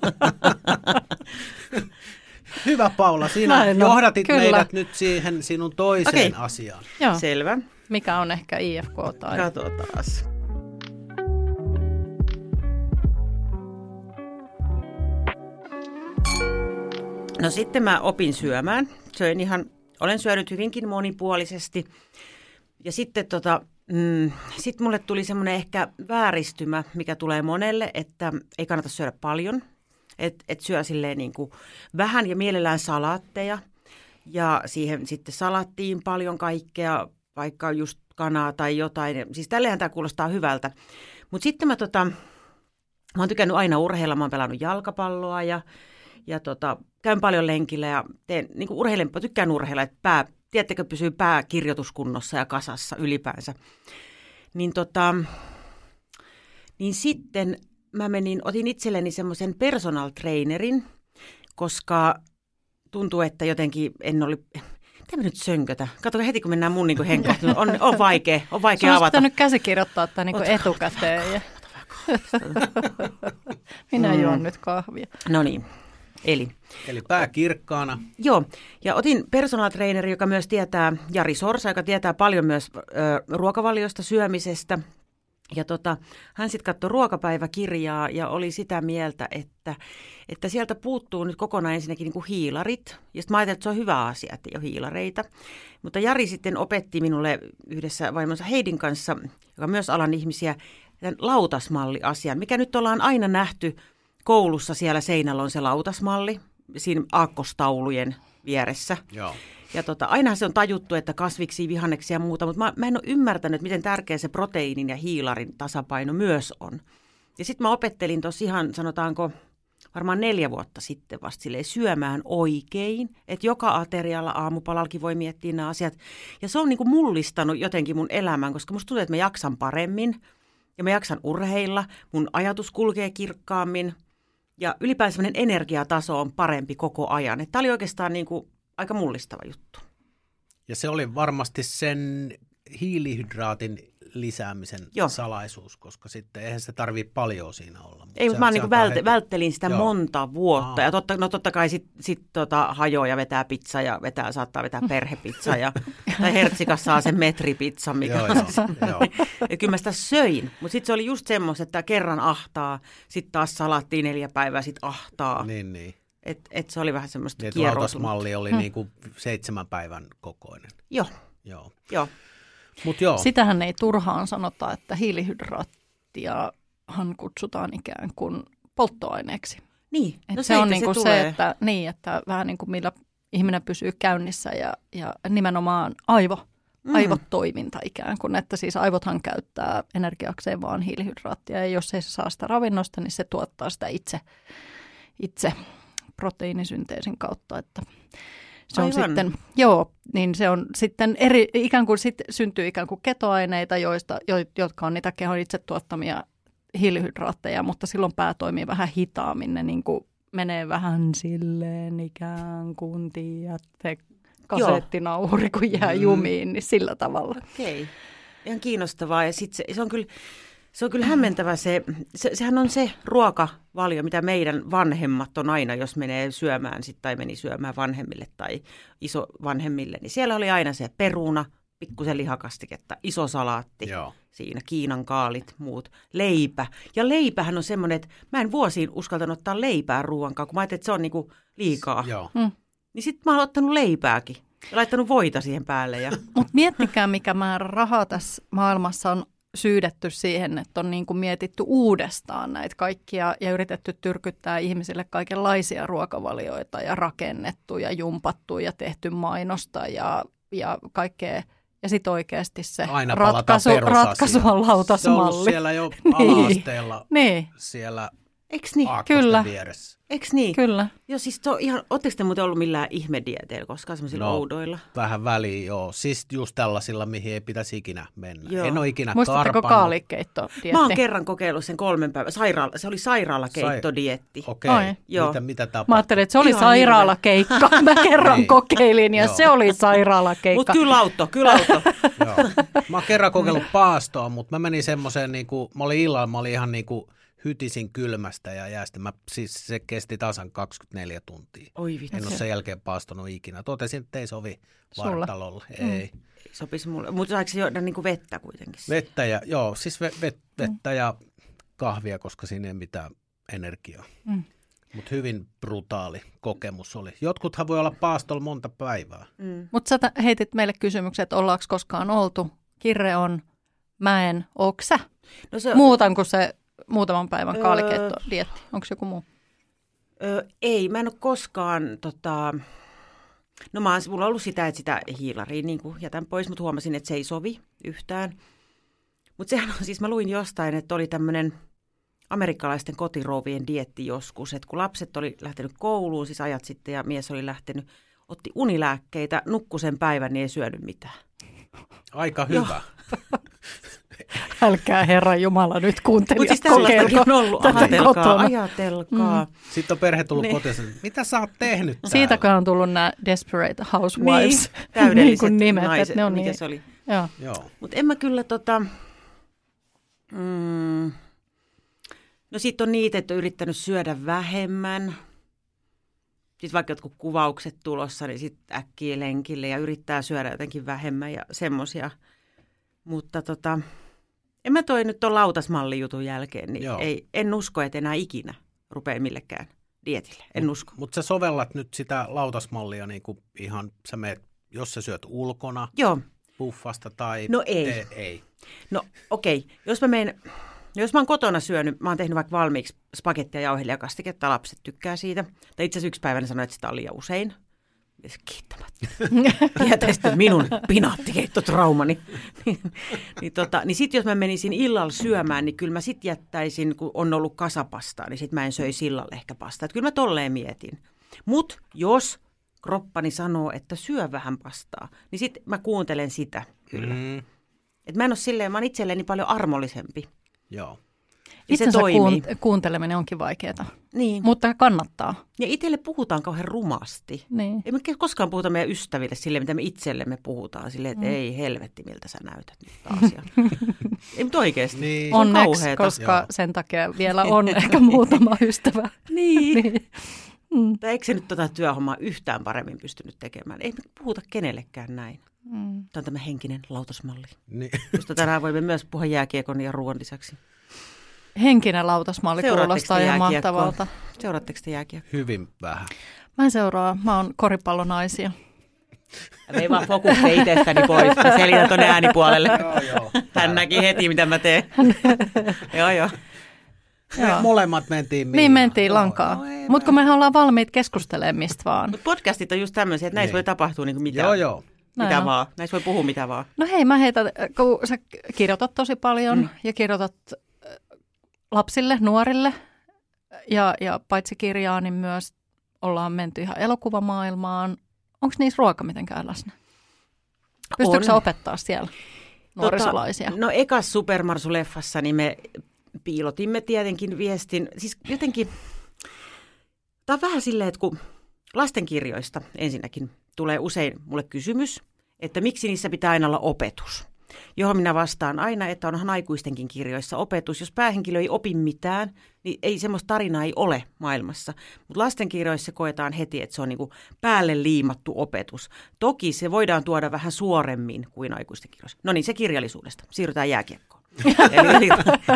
Hyvä Paula, sinä Näin on, johdatit kyllä. meidät nyt siihen sinun toiseen Okei. asiaan. Joo. Selvä. Mikä on ehkä I F K tai... Katsotaan. No sitten mä opin syömään. Söin ihan olen syönyt hyvinkin monipuolisesti. Ja sitten tota, mm, sit mulle tuli semmoinen ehkä vääristymä, mikä tulee monelle, että ei kannata syödä paljon. Että et syö silleen niin kuin vähän ja mielellään salaatteja. Ja siihen sitten salattiin paljon kaikkea, vaikka just kanaa tai jotain. Siis tälleenhän tämä kuulostaa hyvältä. Mutta sitten mä, tota, mä oon tykännyt aina urheilla. Mä oon pelannut jalkapalloa ja, ja tota, käyn paljon lenkillä ja teen, niin kuin urheilen, tykkään urheilla, että pää, tiedättekö, pysyy pää kirjoituskunnossa ja kasassa ylipäänsä. Niin, tota, niin sitten mä menin, otin itselleni semmoisen personal trainerin, koska tuntuu, että jotenkin en ole... Mitä mä nyt sönkötä? Katsotaan heti, kun mennään mun niin henkkohtaan. On, on vaikea, on vaikea avata. Sun olisi pitänyt käsikirjoittaa tämän niin etukäteen. Ja... Minä juon mm. nyt kahvia. No niin, eli... Eli pää kirkkaana. Joo, ja otin personal traineri, joka myös tietää, Jari Sorsa, joka tietää paljon myös ö, ruokavaliosta, syömisestä. Ja tota, hän sitten katsoi ruokapäiväkirjaa ja oli sitä mieltä, että, että sieltä puuttuu nyt kokonaan ensinnäkin niin kuin hiilarit. Ja sitten mä ajattelin, että se on hyvä asia, että ei ole hiilareita. Mutta Jari sitten opetti minulle yhdessä vaimonsa Heidin kanssa, joka on myös alan ihmisiä, tämän lautasmalli-asian, mikä nyt ollaan aina nähty koulussa, siellä seinällä on se lautasmalli, siinä aakkostaulujen vieressä. Joo. Ja tota, ainahan se on tajuttu, että kasviksi, vihanneksia ja muuta, mutta mä, mä en ole ymmärtänyt, miten tärkeä se proteiinin ja hiilarin tasapaino myös on. Ja sitten mä opettelin tuossa ihan, sanotaanko, varmaan neljä vuotta sitten vasta silleen syömään oikein, että joka aterialla aamupalallakin voi miettiä nämä asiat. Ja se on niin kuin mullistanut jotenkin mun elämän, koska musta tuntuu, että mä jaksan paremmin ja mä jaksan urheilla, mun ajatus kulkee kirkkaammin ja ylipäänsä sellainen energiataso on parempi koko ajan. Tämä oli oikeastaan niin kuin aika mullistava juttu. Ja se oli varmasti sen hiilihydraatin lisäämisen Joo. salaisuus, koska sitten eihän se tarvitse paljon siinä olla. Ei, mutta mä niin välte, välttelin sitä Joo. monta vuotta. Aa. Ja totta, no totta kai sitten sit, tota, hajoaa ja vetää pizza ja vetää, saattaa vetää perhepizza. Ja, tai Hertsikas saa sen metripizza, mikä Joo, on jo, se. jo. Ja kyllä mä sitä söin, mutta sitten se oli just semmoista, että kerran ahtaa, sitten taas salattiin neljä päivää, sitten ahtaa. Niin, niin. Että et se oli vähän semmoista niin, kieroutunutta. lautasmalli oli hmm. niin kuin seitsemän päivän kokoinen. Joo. Joo. Joo. Mut joo. Sitähän ei turhaan sanota, että hiilihydraattiahan kutsutaan ikään kuin polttoaineeksi. Niin, Et no se on se, niin kuin se, se, että, niin, että vähän niin kuin millä ihminen pysyy käynnissä ja, ja nimenomaan aivo, mm. aivotoiminta ikään kuin. Että siis aivothan käyttää energiakseen vaan hiilihydraattia ja jos ei se saa sitä ravinnosta, niin se tuottaa sitä itse, itse proteiinisynteesin kautta, että se on Aivan. sitten, joo, niin se on sitten eri, ikään kuin sit syntyy ikään kuin ketoaineita, joista, jo, jotka on niitä kehon itse tuottamia hiilihydraatteja, mutta silloin pää toimii vähän hitaammin, ne niin kuin menee vähän silleen ikään kuin tiedätte, kasettinauhuri, kun jää jumiin, niin sillä tavalla. Okei, ihan kiinnostavaa ja sitten se, se on kyllä... Se on kyllä hämmentävä se, se, sehän on se ruokavalio, mitä meidän vanhemmat on aina, jos menee syömään sit, tai meni syömään vanhemmille tai isovanhemmille, niin siellä oli aina se peruna, pikkusen lihakastiketta, iso salaatti, Joo. siinä Kiinan kaalit, muut, leipä. Ja leipähän on semmoinen, että mä en vuosiin uskaltanut ottaa leipää ruoankaan, kun mä ajattelin, että se on niinku liikaa. Joo. Mm. Niin sitten mä oon ottanut leipääkin ja laittanut voita siihen päälle. Ja... Mutta miettikää, mikä määrä rahaa tässä maailmassa on syydetty siihen, että on niin kuin mietitty uudestaan näitä kaikkia ja yritetty tyrkyttää ihmisille kaikenlaisia ruokavalioita ja rakennettu ja jumpattu ja tehty mainosta ja, ja kaikkea. Ja sitten oikeasti se Aina ratkaisu, ratkaisu on lautasmalli. Se on ollut siellä jo ala-asteella niin. siellä Eiks niin? Kyllä. vieressä. Eiks niin? Kyllä. Joo, siis to, ihan, ootteko te muuten ollut millään ihmedieteillä koskaan, semmoisilla No, oudoilla? Vähän väliin, joo. Siis just tällaisilla, mihin ei pitäisi ikinä mennä. Joo. En ole ikinä Muistatteko karpannut. kaalikeitto-dietti? Mä oon kerran kokeillut sen kolmen päivän, sairaala, se oli sairaalakeittodietti. Okei, okay. Joo. mitä, mitä tapahtui? Mä ajattelin, että se oli Ihan sairaalakeikka. Mä kerran Niin. kokeilin ja Joo. se oli sairaalakeikka. Mutta kyllä auto, kyllä auto. Joo. Mä oon kerran kokeillut paastoa, mutta mä menin semmoiseen, niin kuin, mä olin illalla, mä olin ihan niin kuin hytisin kylmästä ja jäästä. Mä, siis se kesti tasan kaksikymmentäneljä tuntia. Oi vitsi. En ole sen jälkeen paastonut ikinä. Totesin, että ei sovi Sulla? vartalolle. Ei. Mm. Sopisi mulle, mutta saiko se juoda niinku vettä kuitenkin? Vettä ja, joo, siis ve, vet, vettä ja kahvia, koska siinä ei mitään energiaa. Mm. Mutta hyvin brutaali kokemus oli. Jotkuthan voi olla paastolla monta päivää. Mm. Mutta sä heitit meille kysymyksen, että ollaanko koskaan oltu. Kirre on, mä en, ootko sä? No se, Muutan kuin se muutaman päivän kaalikeitto-dietti. Onko joku muu? Öö, ei, mä en ole koskaan, tota, no mä oon, mulla on ollut sitä, että sitä hiilariin niin kuin jätän pois, mutta huomasin, että se ei sovi yhtään. Mutta sehän on siis, mä luin jostain, että oli tämmöinen amerikkalaisten kotirouvien dieetti joskus, että kun lapset oli lähtenyt kouluun, siis ajat sitten ja mies oli lähtenyt, otti unilääkkeitä, nukkui sen päivän, niin ei syönyt mitään. Aika hyvä. Älkää Herran Jumala nyt kuuntelijat siis kokeilko on ollut. Ajatelkaa, ajatelkaa. Mm. Sitten on perhe tullut niin. kotiin, mitä sä oot tehnyt täällä? Siitäkö on tullut nämä Desperate Housewives niin, täydelliset niin nimet, naiset, ne on mikä niin. se oli. Joo. Joo. Mutta en mä kyllä tota, mm, no sitten on niitä, että on yrittänyt syödä vähemmän. Sitten vaikka jotkut kuvaukset tulossa, niin sitten äkkiä lenkille ja yrittää syödä jotenkin vähemmän ja semmoisia. Mutta tota, en mä toi nyt tuon lautasmallijutun jälkeen, niin ei, en usko, että enää ikinä rupeaa millekään dietille. En usko. Mutta sä sovellat nyt sitä lautasmallia niin kuin ihan, sä meet, jos sä syöt ulkona, Joo. buffasta tai no ei. Te, ei. No okei, okay. jos mä menen, jos mä oon kotona syönyt, mä oon tehnyt vaikka valmiiksi spagettia ja jauhelijakastiketta, lapset tykkää siitä. Tai itse asiassa yksi päivänä sanoin, että sitä on liian usein. Kiittämättä. Tietäisitte minun pinaattikeittottraumani. niin niin, tota, niin sitten jos mä menisin illalla syömään, niin kyllä mä sitten jättäisin, kun on ollut kasapastaa, niin sitten mä en söisi illalle ehkä pastaa. Että kyllä mä tolleen mietin. Mutta jos kroppani sanoo, että syö vähän pastaa, niin sitten mä kuuntelen sitä kyllä. Mm. Että mä en ole silleen, mä oon itselleni paljon armollisempi. Joo. Itsensä kuunt- kuunteleminen onkin vaikeaa, niin. mutta kannattaa. Ja itselle puhutaan kauhean rumasti. Niin. Ei me koskaan puhuta meidän ystäville silleen, mitä me itsellemme puhutaan. Silleen, että mm. ei helvetti, miltä sä näytät nyt taas. Ei, mutta oikeasti. Niin. Onneksi, kauheata. Koska Joo. sen takia vielä on ehkä muutama ystävä. niin. niin. Mm. Tai eikö se nyt tota työhommaa yhtään paremmin pystynyt tekemään? Ei me puhuta kenellekään näin. Mm. Tämä on tämä henkinen lautasmalli. Niin. Josta tänään voimme myös puhua jääkiekon ja ruoan lisäksi. Henkinen lautasmalli kuulostaa ihan mahtavalta. Seuraatteko te jääkiekkoa? Hyvin vähän. Mä en seuraa. Mä oon koripallonaisia. Vei vaan fokusse itsestäni pois. Mä selitän tuonne äänipuolelle. joo, joo. Hän näki heti, mitä mä teen. joo, joo. Me molemmat mentiin Niin mentiin lankaan. No, mutta kun mehän ollaan valmiit keskustelemaan mistä vaan. Mutta podcastit on just tämmöisiä, että näissä niin. voi tapahtua niin kuin mitä, joo, joo. mitä no, vaan. Näissä voi puhua mitä vaan. No hei, mä heitän, kun sä kirjoitat tosi paljon mm. ja kirjoitat lapsille, nuorille ja, ja paitsi kirjaa, niin myös ollaan menty ihan elokuvamaailmaan. Onko niissä ruoka mitenkään läsnä? Pystyykö sä opettaa siellä nuorisolaisia? Tota, no ekas Super Marsu-leffassa niin me piilotimme tietenkin viestin. Siis jotenkin, tämä on vähän silleen, että kun lastenkirjoista ensinnäkin tulee usein mulle kysymys, että miksi niissä pitää aina olla opetus. Johon minä vastaan aina, että onhan aikuistenkin kirjoissa opetus. Jos päähenkilö ei opi mitään, niin ei semmoista tarinaa ei ole maailmassa. Mutta lastenkirjoissa koetaan heti, että se on niinku päälle liimattu opetus. Toki se voidaan tuoda vähän suoremmin kuin aikuisten kirjoissa. No niin, se kirjallisuudesta. Siirrytään jääkiekkoon. eli, eli,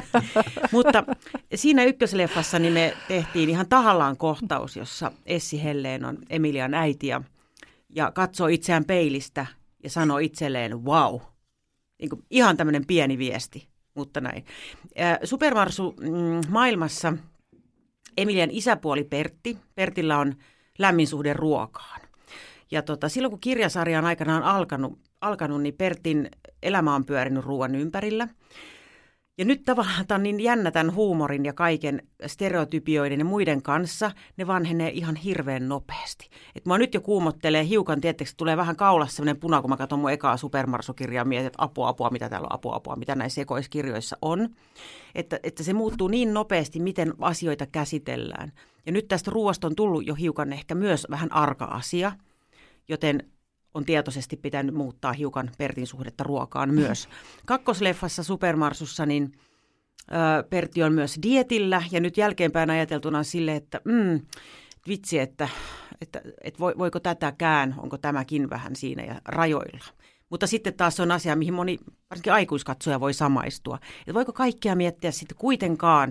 mutta siinä ykkösleffassa niin me tehtiin ihan tahallaan kohtaus, jossa Essi Helleen on Emilian äiti ja, ja katsoo itseään peilistä ja sanoo itselleen wow. Niin kuin ihan tämmöinen pieni viesti, mutta näin. Super Marsu mm, maailmassa Emilian isäpuoli Pertti. Pertillä on lämmin suhde ruokaan. Ja tota, silloin kun kirjasarja on aikanaan alkanut, alkanut, niin Pertin elämä on pyörinyt ruoan ympärillä. Ja nyt tavallaan tämä on niin jännä tämän huumorin ja kaiken stereotypioiden ja muiden kanssa, ne vanhenee ihan hirveän nopeasti. Et mua nyt jo kuumottelee hiukan, tietysti tulee vähän kaulassa sellainen puna, kun mä katson mun ekaa Super Marsu-kirjaa ja mietin, että apua, apua, mitä täällä on, apua, apua, mitä näissä ekoiskirjoissa on. Että, että se muuttuu niin nopeasti, miten asioita käsitellään. Ja nyt tästä ruoasta on tullut jo hiukan ehkä myös vähän arka asia, joten on tietoisesti pitänyt muuttaa hiukan Pertin suhdetta ruokaan myös. Kakkosleffassa Super Marsussa niin ö, Pertti on myös dietillä ja nyt jälkeenpäin ajateltuna sille, että mm, vitsi, että, että, että voiko tätäkään, onko tämäkin vähän siinä ja rajoilla. Mutta sitten taas on asia, mihin moni, varsinkin aikuiskatsoja voi samaistua. Että voiko kaikkea miettiä sitten kuitenkaan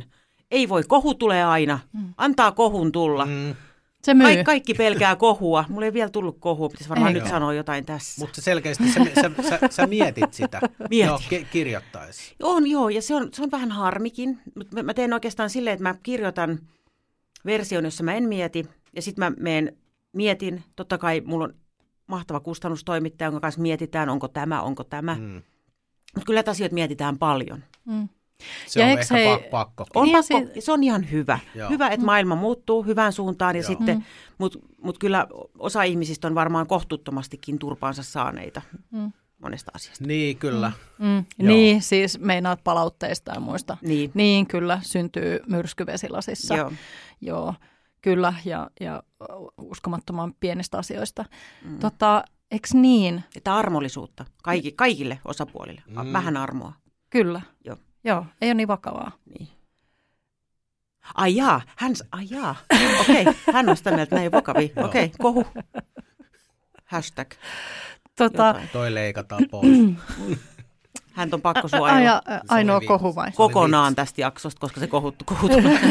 Ei voi, kohu tulee aina. Antaa kohun tulla. Mm. Se myy. Ka- kaikki pelkää kohua. Mulla ei vielä tullut kohua, pitäisi varmaan Ei. nyt sanoa jotain tässä. Mutta selkeästi sä, sä, sä, sä mietit sitä Mietin. joo, ki- kirjoittaessa. On joo, ja se on, se on vähän harmikin. Mutta mä, mä teen oikeastaan silleen, että mä kirjoitan version, jossa mä en mieti. Ja sitten mä menen mietin. Totta kai mulla on mahtava kustannustoimittaja, jonka kanssa mietitään, onko tämä, onko tämä. Mm. Mutta kyllä asioita mietitään paljon. Mm. Se Ja on eikö ehkä hei- pa- pakko. On Niin ja pakko, si- se on ihan hyvä. Joo. Hyvä, että maailma muuttuu hyvään suuntaan, ja Joo. sitten, Mm. mutta mut kyllä osa ihmisistä on varmaan kohtuuttomastikin turpaansa saaneita Mm. monesta asiasta. Niin, kyllä. Mm. Joo. Niin, siis meinaat palautteista ja muista. Niin, Niin, kyllä, syntyy myrskyvesilasissa. joo. Joo, kyllä, ja, ja uskomattoman pienistä asioista. Mm. Tota, eks niin? Että armollisuutta Kaikki, kaikille osapuolille. Mm. Vähän armoa. Kyllä. Joo. Joo, ei ole niin vakavaa. Niin. Ai jaa, hän, s- ai jaa. Okei, hän on sitä mieltä, että näin vakavia. Joo. Okei, kohu. Hashtag. Tota, Jotain. Toi leikataan pois. Hän on pakko a, suojella a, ainoa vitsi. kohu vai? Se oli kokonaan vitsi. tästä jaksosta, koska se kohut, kohut.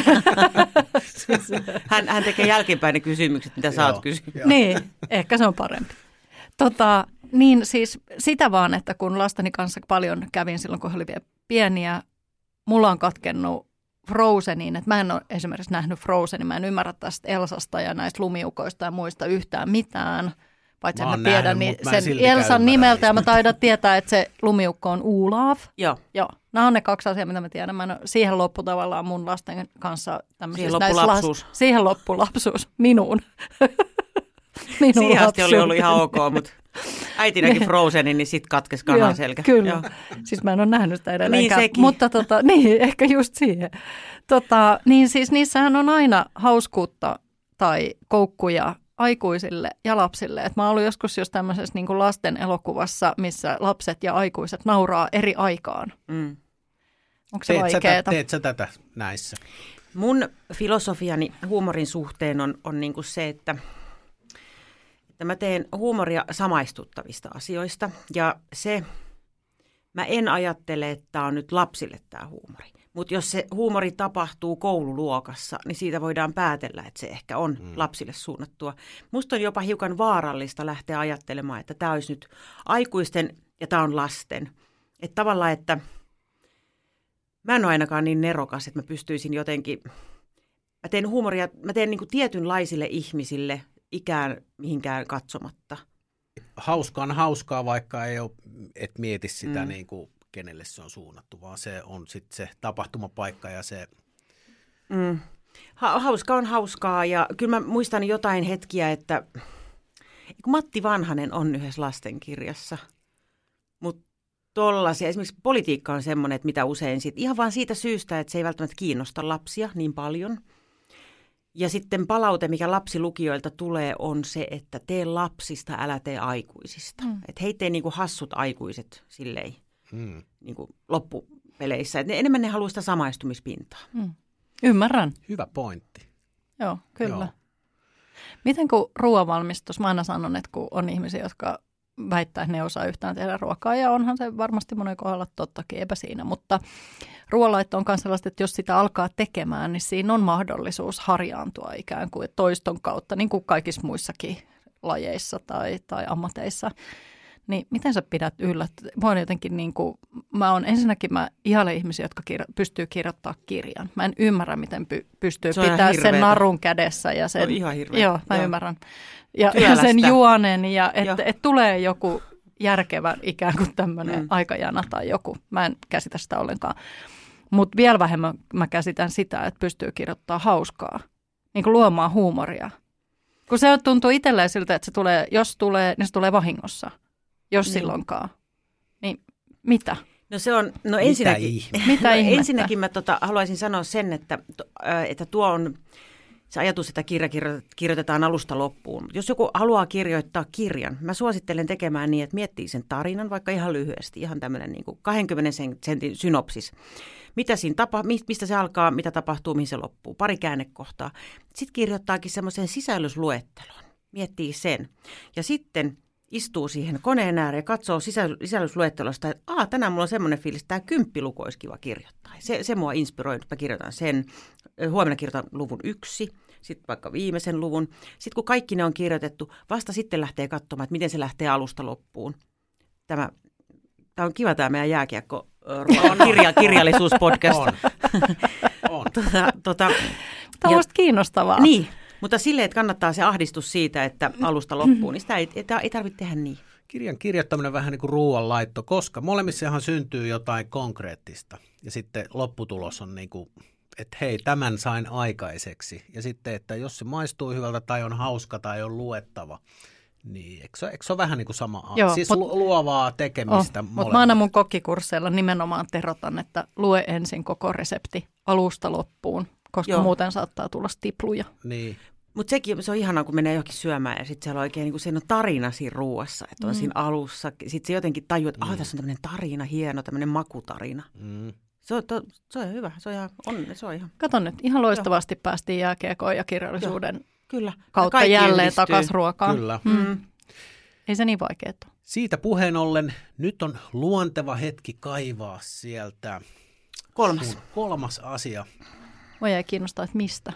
hän, hän tekee jälkeenpäin ne kysymykset, mitä sä Joo, oot kysynyt. joo. Niin, ehkä se on parempi. Tota, niin siis sitä vaan, että kun lasteni kanssa paljon kävin silloin, kun he oli vielä pieniä, mulla on katkennut Frozeniin, että mä en ole esimerkiksi nähnyt Frozenin, mä en ymmärrä tästä Elsasta ja näistä lumiukoista ja muista yhtään mitään, paitsi Mä että oon mä tiedän nähnyt, niin mut mä en sen siltikään Elsan ymmärrä nimeltä ja mä niistä. taidan tietää, että se lumiukko on Olaf. Joo, Joo, nämä on ne kaksi asiaa, mitä mä tiedän. Mä en ole, siihen loppu tavallaan mun lasten kanssa tämmöisissä Siihen loppu näissä lapsuus. siihen loppu lapsuus, minuun. Minun siihen asti oli lapsuus. ollut ihan ok, mutta äiti näki Frozenin, niin sitten katkesi kanan selkä. Kyllä, Joo. siis mä en ole nähnyt sitä edelleenkään. Niin sekin. Mutta tota, niin, ehkä just siihen. Tota, niin siis niissähän on aina hauskuutta tai koukkuja aikuisille ja lapsille. Et mä oon ollut joskus just tämmöisessä niin kuin lasten elokuvassa, missä lapset ja aikuiset nauraa eri aikaan. Mm. Onko se Teet sä, tä- vaikeeta? teet sä tätä näissä? Mun filosofiani huumorin suhteen on, on niin kuin se, että, että mä teen huumoria samaistuttavista asioista. Ja se, mä en ajattele, että tämä on nyt lapsille tämä huumori. Mutta jos se huumori tapahtuu koululuokassa, niin siitä voidaan päätellä, että se ehkä on mm. lapsille suunnattua. Musta on jopa hiukan vaarallista lähteä ajattelemaan, että tämä olisi nyt aikuisten ja tämä on lasten. Että tavallaan, että mä en ole ainakaan niin nerokas, että mä pystyisin jotenkin, mä teen huumoria, mä teen niin kuin tietynlaisille ihmisille ikään mihinkään katsomatta. Hauskaa on hauskaa, vaikka ei ole, et mieti sitä Mm. niin kuin, kenelle se on suunnattu, vaan se on sitten se tapahtumapaikka ja se... Mm. Ha- hauska on hauskaa ja kyllä mä muistan jotain hetkiä, että kun Matti Vanhanen on yhdessä lastenkirjassa, mutta tollaisia, esimerkiksi politiikka on semmoinen, että mitä usein sit, ihan vaan siitä syystä, että se ei välttämättä kiinnosta lapsia niin paljon. Ja sitten palaute, mikä lapsilukijoilta tulee, on se, että tee lapsista, älä tee aikuisista. Mm. Että heitä ei niinku hassut aikuiset silleen Mm. niinku loppupeleissä. Et ne, enemmän ne haluaa sitä samaistumispintaa. Mm. Ymmärrän. Hyvä pointti. Joo, kyllä. Joo. Miten kun ruoanvalmistus, mä aina sanon, että kun on ihmisiä, jotka väittää, että ne ei osaa yhtään tehdä ruokaa, ja onhan se varmasti monen kohdalla tottakin, eipä siinä, mutta ruoanlaitto on myös sellaista, että jos sitä alkaa tekemään, niin siinä on mahdollisuus harjaantua ikään kuin toiston kautta, niin kuin kaikissa muissakin lajeissa tai, tai ammateissa. Niin miten sä pidät yllä? Mä oon jotenkin niin kuin, mä oon ensinnäkin mä ihailen ihmisiä, jotka kirjo, pystyy kirjoittamaan kirjan. Mä en ymmärrä, miten py, pystyy Se on ihan pitää sen hirveetä. narun kädessä. Ja sen, On ihan hirveetä. joo, mä Joo. ymmärrän. Ja, ja Työlästä. sen juonen ja että Joo. et tulee joku järkevä ikään kuin tämmöinen Mm. aikajana tai joku. Mä en käsitä sitä ollenkaan. Mutta vielä vähemmän mä käsitän sitä, että pystyy kirjoittamaan hauskaa. Niin kuin luomaan huumoria. Kun se tuntuu itselleen siltä, että se tulee, jos tulee, niin se tulee vahingossa. Jos Niin. silloinkaan. Niin mitä? No se on, no Mitä ensinnäkin, ihmettä? Mitä no ihmettä? ensinnäkin mä tota, haluaisin sanoa sen, että, to- ää, että tuo on se ajatus, että kirja kirjo- kirjoitetaan alusta loppuun. Jos joku haluaa kirjoittaa kirjan, mä suosittelen tekemään niin, että miettii sen tarinan, vaikka ihan lyhyesti, ihan tämmöinen niin kuin kaksikymmentä sentin synopsis. Mitä siinä tapa, mistä se alkaa, mitä tapahtuu, mihin se loppuu, pari käännekohtaa. Sitten kirjoittaakin semmoisen sisällysluettelon, miettii sen. Ja sitten istuu siihen koneen ääreen ja katsoo sisä- sisällysluettelosta, että Aa, tänään mulla on semmoinen fiilis, että tämä kymppiluku olisi kiva kirjoittaa. Se, se mua inspiroi, että mä kirjoitan sen. Huomenna kirjoitan luvun yksi, sitten vaikka viimeisen luvun. Sitten kun kaikki ne on kirjoitettu, vasta sitten lähtee katsomaan, että miten se lähtee alusta loppuun. Tämä, tämä on kiva tämä meidän jääkiekko kirja, kirjallisuuspodcast. On. on. tota, tota, Tämä on musta kiinnostavaa. Niin, mutta silleen, että kannattaa se ahdistus siitä, että alusta loppuun, niin sitä ei, ei tarvitse tehdä niin. Kirjan kirjoittaminen vähän niin kuin ruoanlaitto, koska molemmissahan syntyy jotain konkreettista. Ja sitten lopputulos on niin kuin, että hei, tämän sain aikaiseksi. Ja sitten, että jos se maistuu hyvältä tai on hauska tai on luettava, niin eikö se, eikö se ole vähän niin kuin sama, Joo, siis mut, luovaa tekemistä. Oh, mutta mä aina mun kokkikursseilla nimenomaan terotan, että lue ensin koko resepti alusta loppuun, koska Joo. muuten saattaa tulla stipluja. Niin. Mutta sekin se on ihanaa, kun menee johonkin syömään ja sitten siellä on oikein niin kuin siinä on tarina siinä ruuassa, että on mm. siinä alussa. Sitten se jotenkin tajuu, että mm. ah, tässä on tämmöinen tarina, hieno tämmöinen makutarina. Mm. Se, on, to, se on hyvä, se on ihan, on, se on ihan. Kato nyt, ihan loistavasti Joo. päästiin jääkiekon ja kirjallisuuden Joo. Kyllä. kautta jälleen takaisin ruokaan. Kyllä. Mm. Ei se niin vaikeaa ole. Siitä puheen ollen, nyt on luonteva hetki kaivaa sieltä. Kolmas. Kolmas asia. Mua jäi kiinnostaa, että mistä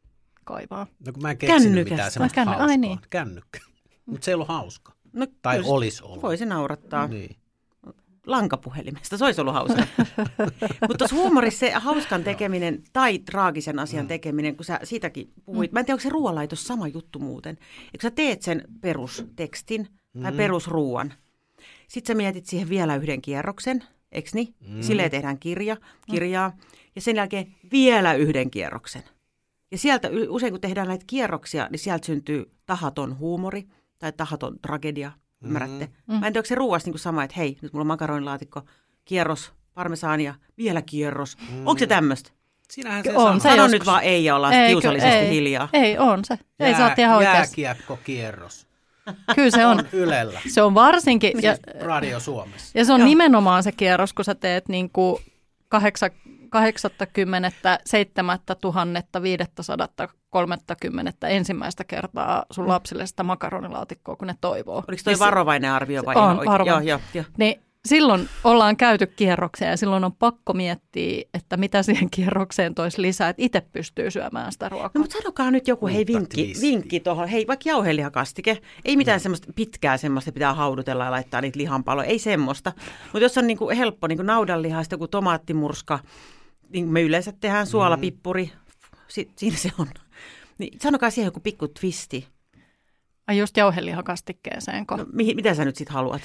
kaivaa. No kun mä en keksinyt Kännykästä. mitään semmoista Känny- hauskaa. Ai niin. Kännykkä. Mutta se ei ollut hauska. No, tai olisi ollut. Voisi naurattaa. Niin. Lankapuhelimesta, se olisi ollut hauska. Mutta tuossa huumorissa se hauskan tekeminen tai traagisen asian mm. tekeminen, kun sä siitäkin puhuit, mm. mä en tiedä, onko se ruoanlaitos sama juttu muuten. Eikö sä teet sen perustekstin tai mm. perusruuan, sitten sä mietit siihen vielä yhden kierroksen, eikö niin? Mm. Silleen tehdään kirja, kirjaa ja sen jälkeen vielä yhden kierroksen. Ja sieltä usein kun tehdään näitä kierroksia, niin sieltä syntyy tahaton huumori tai tahaton tragedia. Ymmärrätte? Mm. Mä en tiedä, onko se ruuassa niin sama, että hei, nyt mulla on makaronilaatikko, kierros, parmesaania, vielä kierros. Mm. Onko se tämmöistä? Siinähän se on. Sano joskus. Nyt vaan ei ja ollaan ei, kiusallisesti ei, hiljaa. Ei, on se. Jää, ei saa ihan oikeasti. Jääkiekkokierros. Kyllä se on. on Ylellä. Se on varsinkin. Ja, Radio Suomessa. Ja se on Joo. nimenomaan se kierros, kun sä teet niin kuin kahdeksan, kahdeksankymmentä, seitsemäntuhatta, viisisataa, kolmekymmentä ensimmäistä kertaa sun lapsille sitä makaronilaatikkoa, kun ne toivoo. Oliko toi niin varovainen arvio vai on, ihan oikein? Varovainen. Joo, joo, joo. Niin silloin ollaan käyty kierrokseen ja silloin on pakko miettiä, että mitä siihen kierrokseen toisi lisää, että itse pystyy syömään sitä ruokaa. No, mutta sanokaa nyt joku hei vinkki, vinkki tuohon. Hei, vaikka jauhelihakastike. Ei mitään mm. semmoista pitkää semmoista, pitää haudutella ja laittaa niitä lihanpaloja. Ei semmoista. Mutta jos on niinku helppo, niin kuin naudanliha, sitten joku tomaattimurska, niin me yleensä tehdään suolapippuri. Si- siinä se on. Niin, sanokaa siihen joku pikku twisti. Ai just jauhelihakastikkeeseenko? No, mi- mitä sä nyt sit haluat?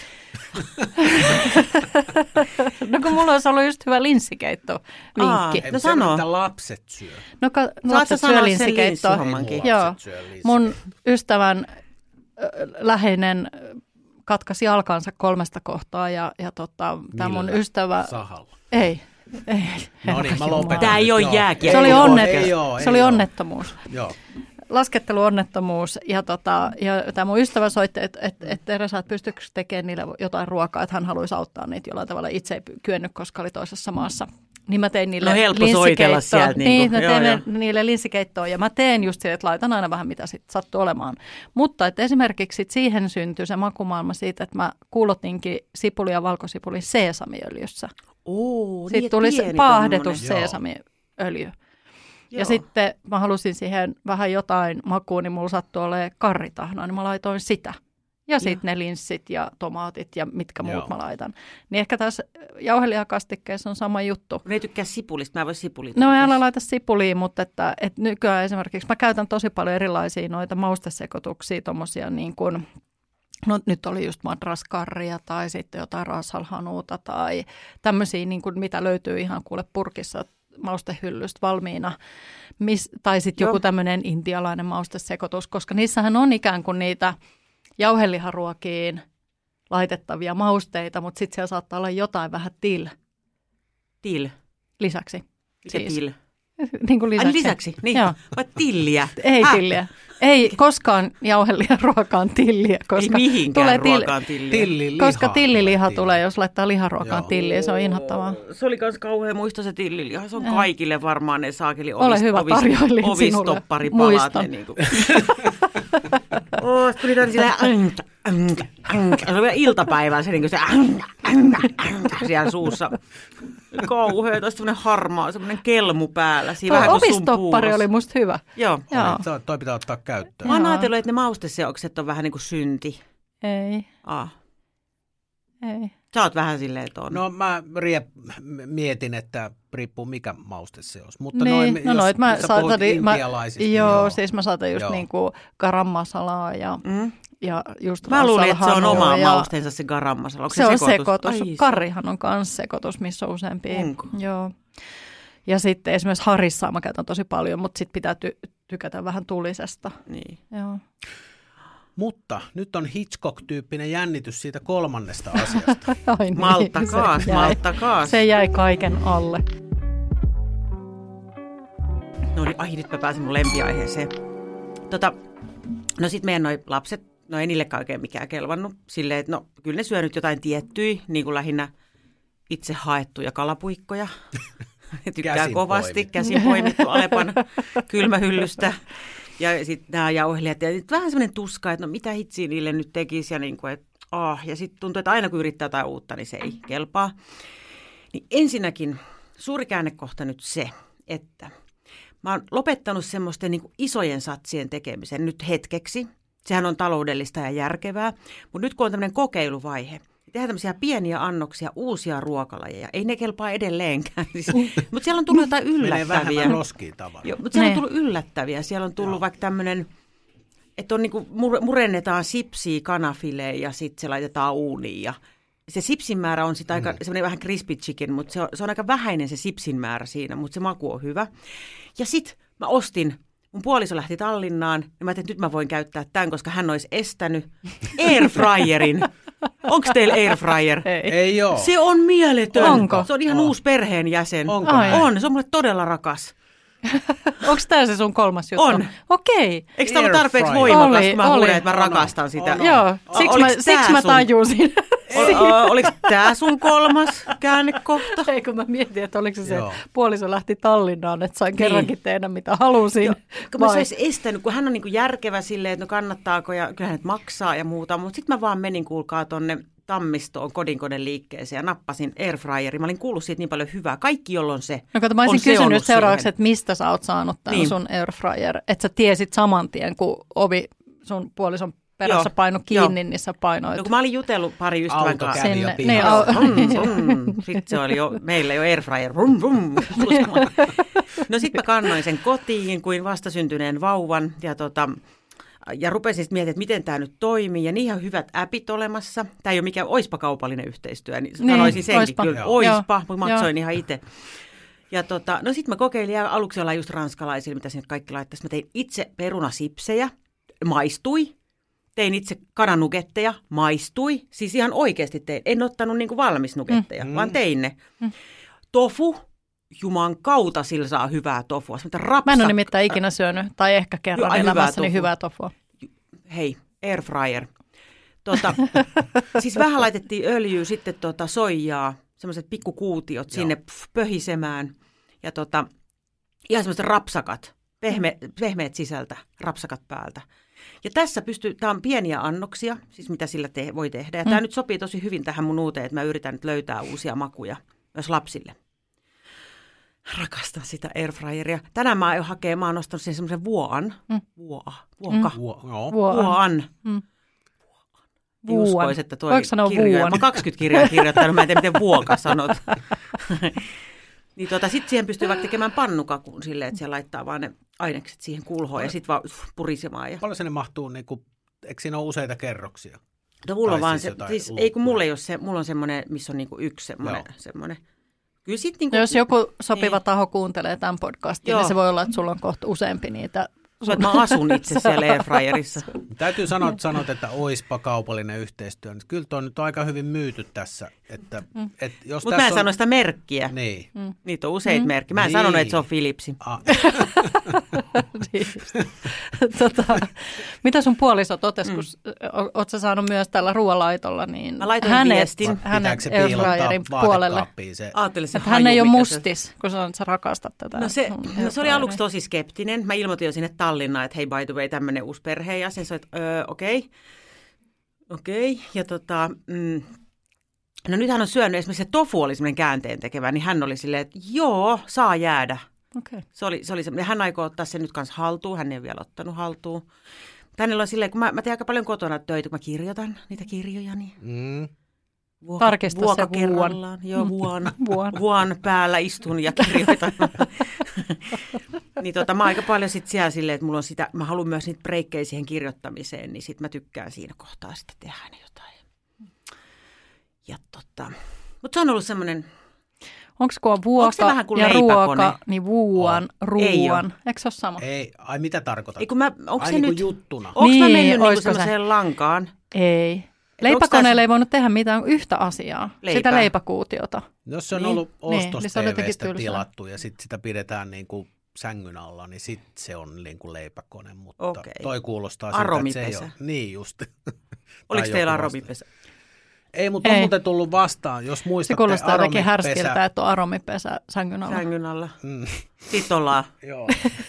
No kun mulla olisi ollut just hyvä linssikeitto-vinkki. No sano. Mitä lapset syö. No ka- lapset syö linssikeittoa. Joo. Mun ystävän äh, läheinen katkaisi jalkansa kolmesta kohtaa ja, ja tota, tämä mun ystävä... Sahalla. Ei. Ei. No niin, mä lopetan. Tämä ei ole jääkiekko. Se oli, onnet... ei ole, se ei oli ole. onnettomuus. Joo. Lasketteluonnettomuus ja, tota, ja tämä mun ystävä soitti, että et, et Teresa, että pystyykö tekemään niille jotain ruokaa, että hän haluaisi auttaa niitä jollain tavalla. Itse ei kyennyt, koska oli toisessa maassa. Niin mä tein niille no helppo soitella sieltä. Niin, niin mä tein joo, niille linssikeittoa ja mä teen just sille, että laitan aina vähän mitä sitten sattuu olemaan. Mutta että esimerkiksi sit siihen syntyi se makumaailma siitä, että mä kuulotinkin sipulia ja valkosipulin seesamiöljyssä. Oo, Siitä niin, tuli se paahdetus tommonen. seesamiöljy. Joo. Ja sitten mä halusin siihen vähän jotain makuun, niin mulla sattui olemaan karritahnaa, niin mä laitoin sitä. Ja sitten ne linssit ja tomaatit ja mitkä muut Joo. mä laitan. Niin ehkä tässä jauhelihakastikkeessa on sama juttu. Ne ei tykkää sipulista, mä en voi sipulia. No ei älä laita sipulia, mutta että, että nykyään esimerkiksi mä käytän tosi paljon erilaisia noita maustesekoituksia, tommosia niin kuin, no nyt oli just madraskarria tai sitten jotain rasalhanuuta tai tämmöisiä, niin kuin, mitä löytyy ihan kuule purkissa maustehyllystä valmiina, Mis, tai sitten joku tämmöinen intialainen maustesekoitus, koska niissähän on ikään kuin niitä jauheliharuokiin laitettavia mausteita, mutta sitten siellä saattaa olla jotain vähän til. Til? Lisäksi. Mikä siis. Til? Niin kuin lisäksi. Ai lisäksi? Niin. Joo. Vai tilliä? Ei Häh? tilliä. Ei koskaan jauheliharuokaan tilliä. Koska ei mihinkään tulee ruokaan tilliä. Tilliliha. Koska tilliliha tilli. tulee, jos laittaa liharuokaan tilliä. Se on inhottavaa. Se oli myös kauhean muisto se tilliliha. Se on ja. Kaikille varmaan ne saakeli Ole hyvä, ovistopparipalaat. Ne, niin kuin. Oh, tuli tänne silleen, se oli vielä iltapäivällä se, niin se siellä suussa. Kauhea, toista semmoinen harmaa, semmoinen kelmu päällä. Tuo ovistoppari oli musta hyvä. Joo. Joo. Toi pitää ottaa käyttöön. Mä oon ajatellut, että ne mausteseokset on vähän niin kuin synti. Ei. Ah. Ei. Sä oot vähän silleen, että on. No mä riep- mietin, että riippuu mikä mausteseos. Mutta niin, noin, no jos noit mä sä saatan, puhut mä, intialaisista, niin joo, joo, siis mä saatan just joo. niinku garam masalaa ja, Mm. ja just Mä luulin, että se on masalhanua oma ja mausteensa se garam masala. Onko se, se on sekoitus? sekoitus. Ai, Karrihan on myös sekoitus, missä on useampia. Onko? Joo. Ja sitten esimerkiksi harissaa mä käytän tosi paljon, mutta sitten pitää ty- tykätä vähän tulisesta. Niin. Joo. Mutta nyt on Hitchcock-tyyppinen jännitys siitä kolmannesta asiasta. Ai niin, Malttakaas, se jäi- malttakaas. Se jäi kaiken alle. No niin, ai nyt mä pääsin mun lempiaiheeseen. Tota, no sit meidän noi lapset, no ei niillekään oikein mikään kelvannut. Silleen, että no kyllä ne syö nyt jotain tiettyjä, niin kuin lähinnä itse haettuja kalapuikkoja. Ne tykkää Käsin kovasti, poimittu. käsin poimittu Alepan kylmähyllystä. Ja sitten nämä jauhelijat, ja vähän semmoinen tuska, että no mitä hitsiä niille nyt tekisi. Ja, niin kuin, että, ah, ja sitten tuntuu, että aina kun yrittää jotain uutta, niin se ei kelpaa. Niin ensinnäkin suuri käännekohta nyt se, että mä oon lopettanut semmoisten niin kuin isojen satsien tekemisen nyt hetkeksi. Sehän on taloudellista ja järkevää, mutta nyt kun on tämmöinen kokeiluvaihe, niin tehdään tämmöisiä pieniä annoksia, uusia ruokalajeja. Ei ne kelpaa edelleenkään. Siis, mutta siellä on tullut jotain Menee yllättäviä. vähemmän roskiin tavaraa. Joo, mutta siellä Ne. on tullut yllättäviä. Siellä on tullut Joo. vaikka tämmöinen, että on niinku mur- murennetaan sipsiä kanafileen ja sitten se laitetaan uuniin. Ja se sipsin määrä on sitten aika, semmoinen vähän crispy chicken, mutta se on, se on aika vähäinen se sipsin määrä siinä, mutta se maku on hyvä. Ja sitten mä ostin, mun puoliso lähti Tallinnaan, ja mä ajattelin, että nyt mä voin käyttää tämän, koska hän olisi estänyt airfryerin. Onko teillä airfryer? Ei. Ei oo. Se on mieletön. Onko? Se on ihan On. uusi perheenjäsen. Onko Ai. näin? On, se on mulle todella rakas. Onko tämä se sun kolmas juttu? On. Okei. Eikö tämä ollut tarpeeksi Airfryer. voimakas, Oli, kun mä oli. huudan, että mä On, rakastan on. sitä? On, on. Joo, siksi mä, Oliks tää siksi mä sun- tajusin. O- Oliko tämä sun kolmas käännekohta? Ei, kun mä mietin, että oliko se se, Joo. että puoliso lähti Tallinnaan, että sain kerrankin tehdä mitä halusin. Joo, kun mä Vai? se olisi estänyt, kun hän on niin kuin järkevä silleen, että no kannattaako ja kyllähän nyt maksaa ja muuta, mutta sitten mä vaan menin, kuulkaa, tonne Tammistoon kodinkoneen liikkeeseen ja nappasin airfryerin. Mä olin kuullut siitä niin paljon hyvää. Kaikki, jolla on se. No kato, mä on olisin kysynyt seonnut seuraavaksi, siihen. että mistä sä oot saanut tämän Niin. sun airfryer, että sä tiesit saman tien, kun ovi sun puolison perässä Joo, paino kiinni, joo. niin sä painoit. No kun mä olin jutellut pari ystävän Auto kanssa. kävi jo Sinne- pihalla. niin, au- Vrum, vrum. Sitten se oli jo, meillä jo airfryer. Vrum, vrum. No sitten mä kannoin sen kotiin kuin vastasyntyneen vauvan ja, tota, ja rupesin sitten miettimään, että miten tämä nyt toimii. Ja niin on hyvät appit olemassa. Tämä ei ole mikään, oispa kaupallinen yhteistyö. Niin Niin, sanoisin senkin oispa. kyllä. Joo. Oispa, Joo, mutta maksoin ihan itse. Ja tota, no sitten mä kokeilin ja aluksi ollaan just ranskalaisilla, mitä sinne kaikki laittaisi. Mä tein itse perunasipsejä, maistui. Tein itse kananugetteja, maistui. Siis ihan oikeasti tein. En ottanut niinku valmisnuketteja, mm. vaan tein ne. Mm. Tofu, juman kautta sillä saa hyvää tofua. Rapsa... Mä en ole nimittäin ikinä syönyt, tai ehkä kerran Joo, ai, hyvää elämässäni tofua. hyvää tofua. Hei, airfryer. Tota, siis vähän laitettiin öljyä, sitten tota soijaa, semmoiset pikkukuutiot Joo. sinne pf, pöhisemään. Ja tota, ihan semmoiset rapsakat, pehme, pehmeät sisältä, rapsakat päältä. Ja tässä pystyy, tämä on pieniä annoksia, siis mitä sillä te, voi tehdä. Ja mm. tämä nyt sopii tosi hyvin tähän mun uuteen, että mä yritän nyt löytää uusia makuja myös lapsille. Rakastan sitä airfryeria. Tänään mä aion hakea, mä oon ostanut sen semmoisen vuoan. Mm. Vuoa, vuoka. Vuo- joo. Vuoan. Vuoan. Mm. Ei uskoisi, että tuo Voiko sanoa kirjoja. vuon? Mä oon kaksikymmentä kirjaa kirjoittanut, mä en tiedä, miten vuoka sanot. Niin tota, sitten siihen pystyy vaikka tekemään pannukakun silleen, että siellä laittaa vaan ne ainekset siihen kulhoon ja sitten vaan uff, purisemaan. Ja... Paljon sinne mahtuu, niin kuin, eikö siinä ole useita kerroksia? No mulla on Tai vaan siis se, jotain siis, luukkuja. ei kun mulla ei ole se, mulla on semmoinen, missä on niinku yksi semmoinen, Joo. semmoinen. Kyllä sit niinku... Jos joku sopiva Niin. taho kuuntelee tämän podcastin, Joo. niin se voi olla, että sulla on kohta useampi niitä. Sun, että mä asun itse siellä airfryerissa. Täytyy sanoa, että sanot, että oispa kaupallinen yhteistyö. Niin kyllä tuo nyt on aika hyvin myyty tässä. Että, Mm. et jos Mutta mä en tässä on... sano sitä merkkiä. Niin. Mm. Niitä on useita Mm. merkkejä. Mä en Niin. sanonut, että se on Philipsin. Ah, tota, mitä sun puoliso totesi, mm. kun o- oot sä saanut myös tällä ruoalaitolla, niin Mä laitoin hänet, viestin. hänet pitääkö se piilottaa airfryerin puolelle. vaatekaappiin se? Ajattelin se Että hän ei haju, ole mikä se- mustis, kun sä, sä rakastat tätä. No se, sun no se oli airfryeria. aluksi tosi skeptinen. Mä ilmoitin jo sinne Tallinnaan, että hei by the way, tämmöinen uusi perheenjäsen. Se oli, että öö, okei. Okay. Okei, okay. Ja tota, mm, no nyt hän on syönyt, esimerkiksi se tofu oli semmoinen käänteen tekevä, niin hän oli silleen, että joo, saa jäädä. Okay. Se oli, se oli semmoinen, hän aikoo ottaa sen nyt kanssa haltuun, hän ei ole vielä ottanut haltuun. Hänellä on silleen, kun mä, mä teen aika paljon kotona töitä, kun mä kirjoitan niitä kirjoja, niin Mm. vuoka, Tarkista vuoka se kerrallaan. Joo, vuon, Vuon. vuon päällä istun ja kirjoitan. Niin tota, mä aika paljon sit siellä silleen, että mulla on sitä, mä haluan myös niitä breikkejä siihen kirjoittamiseen, niin sit mä tykkään siinä kohtaa sitten tehdä aina jotain. Ja tota, mutta se on ollut semmoinen, Onko kun on vuoka vähän kuin ja leipäkone? ruoka, niin vuuan, Ei ruuan. Eikö se ole sama? Ei, ai mitä tarkoitat? ei kun mä, onko ai se niin kuin nyt, juttuna. onko Niin, mä mennyt niinku oisko se? semmoiseen lankaan? Ei. Leipäkoneella ei voinut tehdä mitään yhtä asiaa. Leipää. Sitä leipäkuutiota. Jos se on Niin. ollut Niin, niin se on jotenkin ostos-TVstä tylsää. tilattu ja sitten sitä pidetään niin kuin sängyn alla, niin sitten se on niin kuin leipäkone, mutta Okei. toi kuulostaa siltä, että se ei Aromipesä. ole. Niin just. Oliko Tai teillä joku aromipesä? Ei, mutta on Ei. muuten tullut vastaan, jos Se muistatte kuulostaa jotenkin aromipesä- härskiltä, että on aromipesä sängyn alla. Sängyn alla. Mm, Sitten ollaan, joo.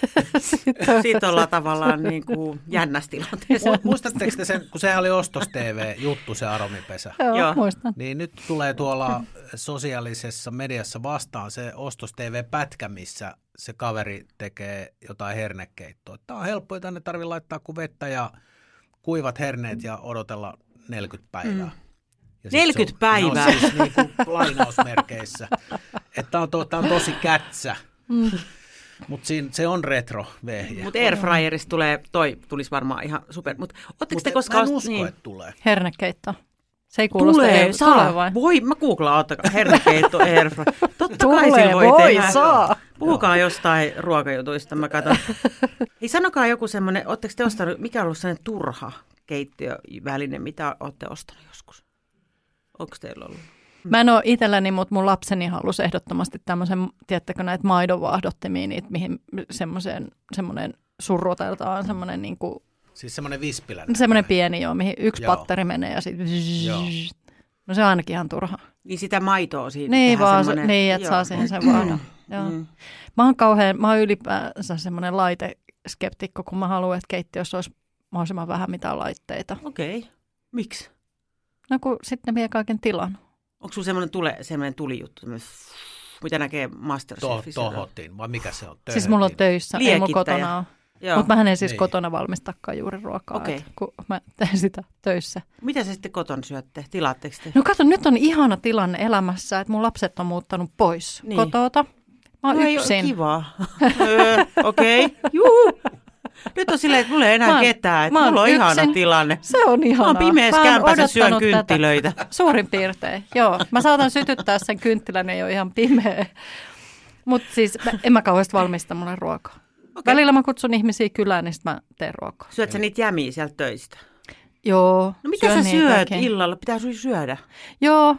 sit ollaan tavallaan niin kuin jännässä tilanteessa. Mu- Muistatteko te sen, kun sehän oli ostos-TV-juttu, se aromipesä? Joo, Joo. muistan. Niin nyt tulee tuolla sosiaalisessa mediassa vastaan se ostos-TV-pätkä, missä se kaveri tekee jotain hernekeittoa. Tämä on helppoa, tänne tarvitse laittaa kuin vettä ja kuivat herneet ja odotella neljäkymmentä päivää. Ja sit neljäkymmentä se on- päivää? No siis niin kuin lainausmerkeissä. Että tämä on, to, tää on tosi kätsä. Mm. Mutta se on retro-vehje. Mutta airfryerista tulee, toi tulisi varmaan ihan super. Mutta ootteko Mut te mä koskaan... en usko, niin. että tulee. Hernekeitto. Se ei kuulosta. Tulee, ei, saa. Tulee vai? Voi, mä googlaan, ottakaa, hernekeitto, airfryer. Totta kai Tulee, sillä voi, voi, tehdä. saa. Puhukaa jostain ruokajutuista, mä katson. Hei, sanokaa joku semmoinen, ootteko te ostanut, mikä on ollut sellainen turha keittiöväline, mitä olette ostanut joskus? Onko teillä ollut? Mä en ole itselläni, mutta mun lapseni halusi ehdottomasti tämmöisen, tiedättekö näitä maidonvaahdottimia, niitä, mihin semmoisen, semmoinen surroteltaan, semmoinen niin kuin, Siis semmoinen vispiläinen. semmoinen pieni joo, mihin yksi Joo. patteri menee ja sitten Joo. no se on ainakin ihan turha. Niin sitä maitoa siinä. Niin tehdään vaan, semmoinen- niin että joo. saa siihen sen vaahdon. Joo. Mm. Mä oon kauhean, mä oon ylipäänsä semmoinen laiteskeptikko, kun mä haluan, että keittiössä olisi mahdollisimman vähän mitään laitteita. Okei. Okay. Miksi? No kun sitten ne vie kaiken tilan. Onko sulla semmoinen, tule, semmoinen tulijuttu, semmoinen, mitä näkee To, Masterchefissä? tohottiin, vai mikä se on? Siis mulla on Töhöttiin. töissä, ei mulla Liekittäjä. kotona ole. Joo. Mutta mä en siis Niin. kotona valmistakaan juuri ruokaa, Okei. okay. kun mä teen sitä töissä. Mitä sä sitten kotona syötte? Tilaatteko te? No kato, nyt on ihana tilanne elämässä, että mun lapset on muuttanut pois Niin. niin. kotota. Mä oon No ei ole yksin. kivaa. Öö, Okei. Okay. Juu. Nyt on silleen, että mulla ei enää Mä oon- ketään. Että mä oon mulla on ihana yksin. tilanne. Se on ihanaa. Mä oon pimeässä Mä oon kämpässä, syön odottanut tätä. kynttilöitä. Suurin piirtein, joo. Mä saatan sytyttää sen kynttilän, ei ole ihan pimeä. Mutta siis mä, en mä kauheasti valmista mulle ruokaa. Okei. Välillä mä kutsun ihmisiä kylään, niin sit mä teen ruokaa. Syöt sä niitä jämiä sieltä töistä? Joo. No mitä syön sä syöt niitäkin. illalla? Pitää sun syödä. Joo.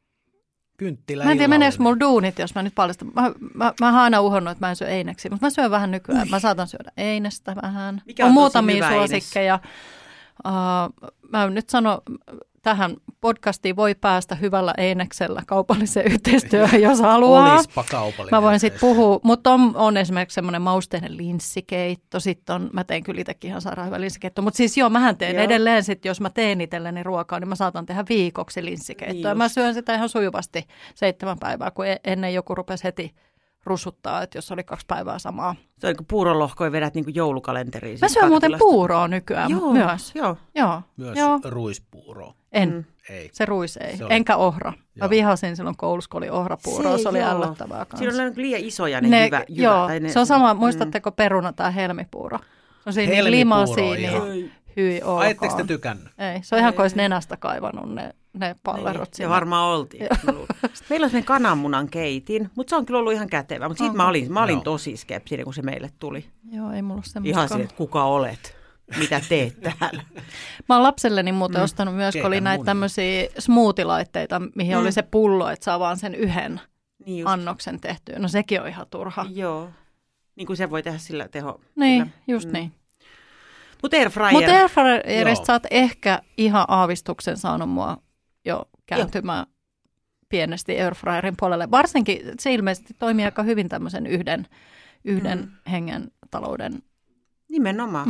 Kynttilä Mä en tiedä, illallinen. meneekö mulla duunit, jos mä nyt paljastan. Mä, mä, mä oon aina uhonnut, että mä en syö eineksiä, mutta mä syön vähän nykyään. Mä saatan syödä einestä vähän. Mikä on on tosi muutamia hyvä eines? suosikkeja. Uh, mä nyt sano, tähän podcastiin voi päästä hyvällä eineksellä kaupalliseen yhteistyöhön, jos haluaa. Olispa kaupallinen. Mä voin sitten yhteistyö. puhua, mutta on, on esimerkiksi semmoinen mausteinen linssikeitto. Sitten on, mä teen kyllä itsekin ihan sairaan hyvä linssikeitto. Mutta siis joo, mähän teen Joo. joo. edelleen sitten, jos mä teen itselleni ruokaa, niin mä saatan tehdä viikoksi linssikeittoa. Niin Mä just. syön sitä ihan sujuvasti seitsemän päivää, kun e- ennen joku rupesi heti russuttaa, että jos oli kaksi päivää samaa. Se on kuin puurolohkoja vedät niin kuin joulukalenteriin. Mä siis syön muuten kattilasta. puuroa nykyään Joo, myös. Joo. Joo, Myös joo. ruispuuro. En. Mm. Ei. Se ruis ei. Se oli- Enkä ohra. Mä Joo. vihasin silloin koulussa, kun oli ohrapuuroa. Se, se oli joo. ällöttävää kanssa. Siinä on liian isoja ne, Ne, hyvä, jyvät, joo, tai ne, se on sama, muistatteko peruna tai helmipuuro? Se on siinä niin Helmipuuro, limasiini. joo. Hyi ok. Ai, etteikö te tykännyt? Ei, se on ihan kuin olisi nenästä kaivannut ne, ne pallerot Niin, sinne. ja varmaan oltiin. Meillä on semmoinen kananmunan keitin, mutta se on kyllä ollut ihan kätevä. Mutta siitä Onko? mä olin, mä olin Joo. tosi skeptinen, kun se meille tuli. Joo, ei mulla ole semmoista. Ihan silleen, että kuka olet? Mitä teet täällä? Mä oon lapselleni muuten mm. ostanut myös, kun oli Keitän näitä munia. tämmöisiä smoothie-laitteita, mihin Mm. oli se pullo, että saa vaan sen yhden Niin just. annoksen tehtyä. No sekin on ihan turha. Joo. Niin kuin se voi tehdä sillä teho. Niin, sillä. just Mm. niin. Mutta airfryer. Mutta airfryerista Joo. sä oot ehkä ihan aavistuksen saanut mua jo kääntymään pienesti airfryerin puolelle. Varsinkin se ilmeisesti toimii aika hyvin tämmöisen yhden, yhden Mm. hengen talouden. Nimenomaan. Mm.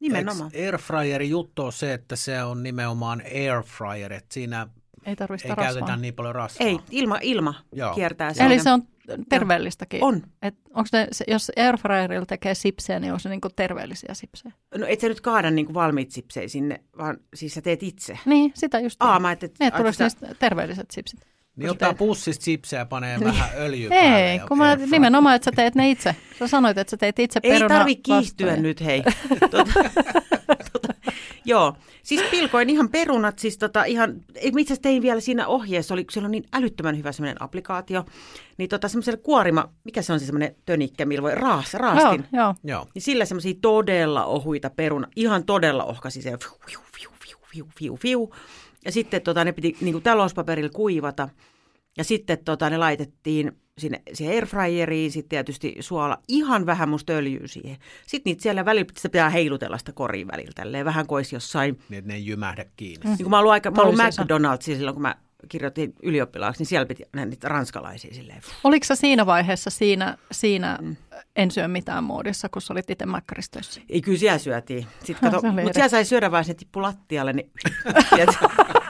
Nimenomaan. Eikö airfryerin juttu on se, että se on nimenomaan airfryer, että siinä Ei tarvitse ei rasvaa. käytetä niin paljon rasvaa. Ei, ilma, ilma Joo. kiertää siinä. Eli se on terveellistäkin. On. Et onko ne, se, jos airfryerilla tekee sipsejä, niin onko se niinku terveellisiä sipsejä? No et sä nyt kaada niinku valmiit sipsejä sinne, vaan siis sä teet itse. Niin, sitä just. Aa, mä ajattelin, Ne että- tulisi että niistä terveelliset sipsit. Niin ottaa pussista chipsejä ja panee vähän öljyä päälle. Ei, ja kun mä airfryer. nimenomaan, että sä teet ne itse. Sä sanoit, että sä teet itse Ei peruna tarvi kiihtyä vastoja. nyt, hei. Tota, tota, joo, siis pilkoin ihan perunat, siis tota ihan, itse asiassa tein vielä siinä ohjeessa, oli, siellä on niin älyttömän hyvä semmoinen applikaatio, niin tota semmoisella kuorima, mikä se on se semmoinen tönikkä, millä voi raas, raastin, Joo, joo. Joo. niin sillä semmoisia todella ohuita peruna, ihan todella ohkasi se, fiu, fiu, fiu, fiu, fiu, fiu, fiu. Ja sitten tota, ne piti niin kuin talouspaperilla kuivata, ja sitten tota, ne laitettiin sinne siihen airfryeriin, sitten tietysti suola, ihan vähän musta öljyä siihen. Sitten niitä siellä välillä sitä pitää heilutella sitä korin välillä, tälleen vähän kuin olisi jossain. Niin, että ne ei jymähdä kiinni. Mm. Niin kun mä ollut, aika, mä ollut Toisensa. McDonald'sissa silloin, kun mä kirjoitin ylioppilaaksi, niin siellä piti nähdä niitä ranskalaisia silleen. Oliko sä siinä vaiheessa siinä, siinä Mm. en syö mitään moodissa, kun sä olit itse Mäkkärissä töissä? Ei, kyllä siellä syötiin. Sitten Se kato, oli mutta eri. siellä sai syödä vaan, se tippu lattialle. Niin, tiedätkö?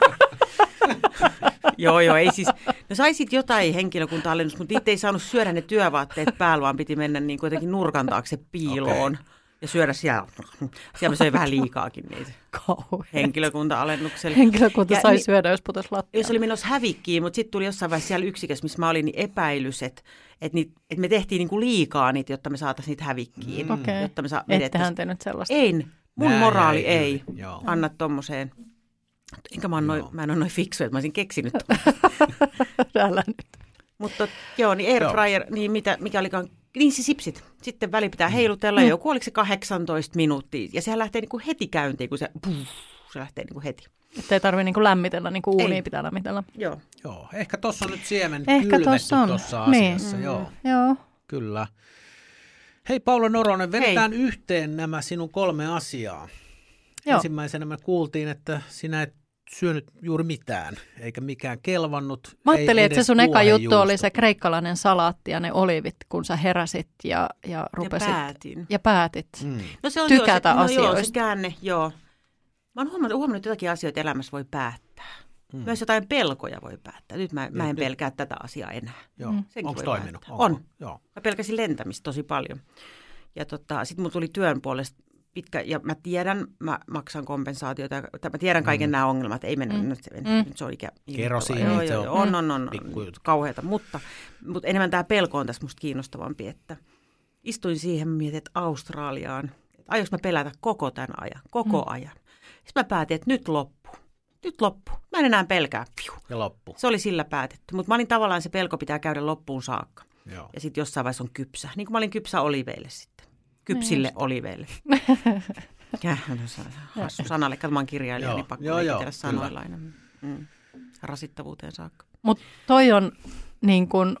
Joo, joo, ei siis. No saisit jotain henkilökunta-alennus, mutta itse ei saanut syödä ne työvaatteet päällä, vaan piti mennä niin kuin jotenkin nurkan taakse piiloon Okei. ja syödä siellä. Siellä söi vähän liikaakin niitä Kauhean. henkilökunta-alennuksella. Henkilökunta Ja sai niin- syödä, jos putosi lattiaan. Jos oli menossa hävikkiin, mutta sitten tuli jossain vaiheessa siellä yksikössä, missä mä olin, niin epäilys, että, että, niitä, että me tehtiin niin kuin liikaa niitä, jotta me saataisiin niitä hävikkiin. Mm. Okei. Jotta me saa, Ettehän te nyt sellaista. Ei, mun Nää moraali jäi ei yli, joo. anna tommoseen. Enkä mä, oon noin, Joo. mä en ole noin fiksu, että mä olisin keksinyt. Älä nyt. Mutta joo, niin airfryer, niin mitä, mikä olikaan, niin se sipsit. Sitten väli pitää heilutella mm. joku, oliko se kahdeksantoista minuuttia. Ja sehän lähtee niin kuin heti käyntiin, kun se, puh, se lähtee niin kuin heti. Että ei tarvitse niinku lämmitellä, niin kuin uunia Ei. pitää lämmitellä. Joo. Joo, ehkä tuossa on nyt siemen Ehkä kylvetty tossa on. tuossa Niin. asiassa. Joo, Joo. kyllä. Hei Paula Noronen, vedetään yhteen nämä sinun kolme asiaa. Joo. Ensimmäisenä me kuultiin, että sinä et syönyt juuri mitään, eikä mikään kelvannut. Mä ajattelin, ei että se edes sun eka juttu vuohenjuusto. oli se kreikkalainen salaatti ja ne olivit, kun sä heräsit ja, ja rupesit. Ja päätin. Ja päätit. Mm. No se on Tykätä joo, se, no joo, se asioista. käänne, joo. Mä oon huomannut, huomannut että jotakin asioita elämässä voi päättää. Mm. Myös jotain pelkoja voi päättää. Nyt mä, mä en Nyt- pelkää tätä asiaa enää. Joo. Mm. Senkin Onko voi toiminut? päättää. Onko? On. Joo. Mä pelkäsin lentämistä tosi paljon. Ja tota, sitten mun tuli työn puolesta pitkä, ja mä tiedän, mä maksan kompensaatiota, ja mä tiedän kaiken mm. nämä ongelmat, ei mennä, Mm. mm. nyt, se, Mm. nyt se on ikä. Kerosiini, joo, se joo, on joo, on, on, on, pikkujuttu. kauheata, mutta, mutta enemmän tämä pelko on tässä musta kiinnostavampi, että istuin siihen, mietin, että Australiaan, että aions mä pelätä koko tämän ajan, koko Mm. ajan. Sitten mä päätin, että nyt loppu, nyt loppu, mä en enää pelkää, Fiu. Ja loppu. Se oli sillä päätetty, mutta mä olin tavallaan, se pelko pitää käydä loppuun saakka. Joo. Ja sitten jossain vaiheessa on kypsä. Niin kuin mä olin kypsä oliveille sitten. Kypsille Niin oliveille. Käh, no, se on hassu sanalle. Kato, mä oon kirjailija, Joo, niin pakko joo, joo, leikitellä sanoilla kyllä. aina. Mm. Rasittavuuteen saakka. Mutta toi on niin kuin,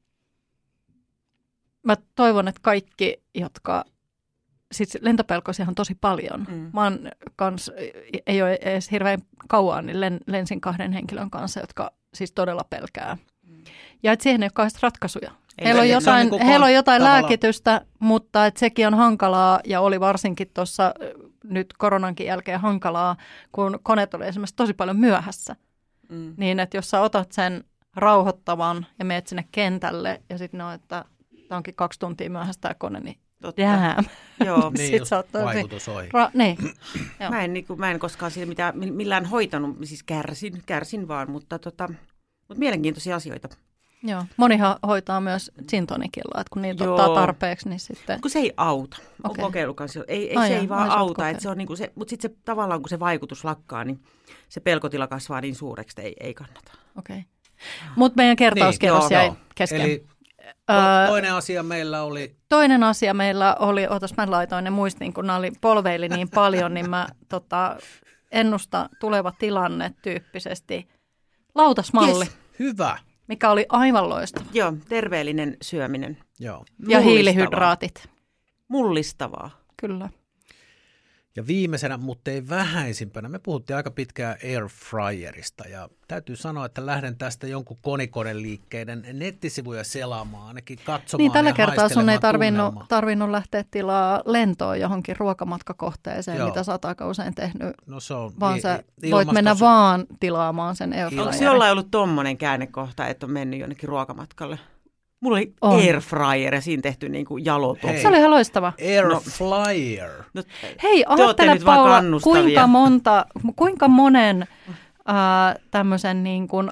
mä toivon, että kaikki, jotka, siis lentopelkoisia on tosi paljon. Mm. Mä oon kans, ei ole edes hirveän kauan, niin len, lensin kahden henkilön kanssa, jotka siis todella pelkää. Mm. Ja että siihen ei ole kauheasti ratkaisuja. Ei Heillä on, se- se on jotain, niin kuin heillä on jotain tavallaan- lääkitystä, mutta et sekin on hankalaa ja oli varsinkin tuossa nyt koronankin jälkeen hankalaa, kun koneet oli esimerkiksi tosi paljon myöhässä. Mm. Niin, että jos sä otat sen rauhoittavan ja meet sinne kentälle ja sitten no, että tämä onkin kaksi tuntia myöhässä tämä kone, niin Totta. damn. Joo. Niin, Sit just sä oot tosi- vaikutus ohi. Ra- niin. Joo. Mä en, niin kuin, mä en koskaan siitä mitään, millään hoitanut, siis kärsin, kärsin vaan, mutta, tota, mutta mielenkiintoisia asioita. Joo. Monihan hoitaa myös gin tonicilla, että kun niitä Joo. ottaa tarpeeksi, niin sitten... Kun se ei auta. Olen Okei. kokeillut kanssa. Ei, ei, Ai se jaa, ei vaan ai sä oot auta. kokeillut. Että se on niinku se, mutta sitten se tavallaan, kun se vaikutus lakkaa, niin se pelkotila kasvaa niin suureksi, että ei, ei kannata. Okei. Mutta meidän kertauskierros Niin, jäi joo. kesken. Eli Öö, to- toinen asia meillä oli, Toinen asia meillä oli, otas mä laitoin ne muistiin, kun nämä oli polveili niin paljon, niin mä tota, ennusta tuleva tilanne tyyppisesti lautasmalli, Yes. hyvä. mikä oli aivan loistava. Joo, terveellinen syöminen. Joo. Ja Mullistavaa. hiilihydraatit, Mullistavaa. kyllä. Ja viimeisenä, mutta ei vähäisimpänä, me puhuttiin aika pitkään airfryerista ja täytyy sanoa, että lähden tästä jonkun konikoneliikkeiden nettisivuja selaamaan, ainakin katsomaan Niin, tällä ja kertaa sun ei tarvinnut, tunnelmaa. tarvinnut lähteä tilaa lentoon johonkin ruokamatkakohteeseen, Joo. mitä sä oot aika usein tehnyt, No se on, vaan i- sä i- voit mennä ilmastos- vaan tilaamaan sen Onko airfryerin. jollain ollut tommonen käännekohta, että on mennyt jonnekin ruokamatkalle? Mulla oli On. airfryer ja siinä tehty niin kuin jalotopu. Hei. Se oli ihan loistava. Airflyer. No, Hei, te ootte ajattele nyt vaan Paula, kannustavia. kuinka monta, kuinka monen ää, tämmöisen niin kuin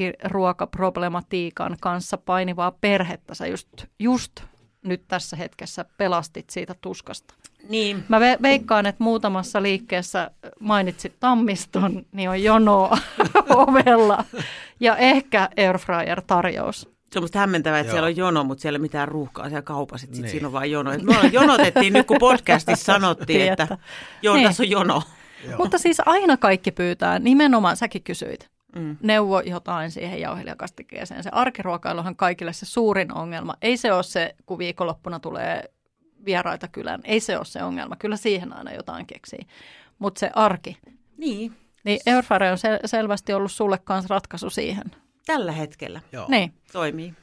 arkiruokaproblematiikan kanssa painivaa perhettä sä just, just nyt tässä hetkessä pelastit siitä tuskasta. niin. Mä ve- veikkaan, että muutamassa liikkeessä mainitsit Tammiston, niin on jonoa ovella ja ehkä airfryer-tarjous. Se on musta hämmentävää, että Joo. siellä on jono, mutta siellä ei ole mitään ruuhkaa siellä kaupassa. Sitten Niin. siinä on vaan jono. Et me ollaan- jonotettiin nyt, kun podcastissa sanottiin, että Tietä. joo, Niin. tässä on jono. Joo. Mutta siis aina kaikki pyytää, nimenomaan säkin kysyit, Mm. neuvo jotain siihen jauhelijakastikkeeseen. Se arkiruokailuhan kaikille se suurin ongelma. Ei se ole se, kun viikonloppuna tulee vieraita kylään. Ei se ole se ongelma. Kyllä siihen aina jotain keksii. Mutta se arki. Niin, Niin airfryer on sel- selvästi ollut sulle kanssa ratkaisu siihen. tällä hetkellä Joo. Niin. toimii.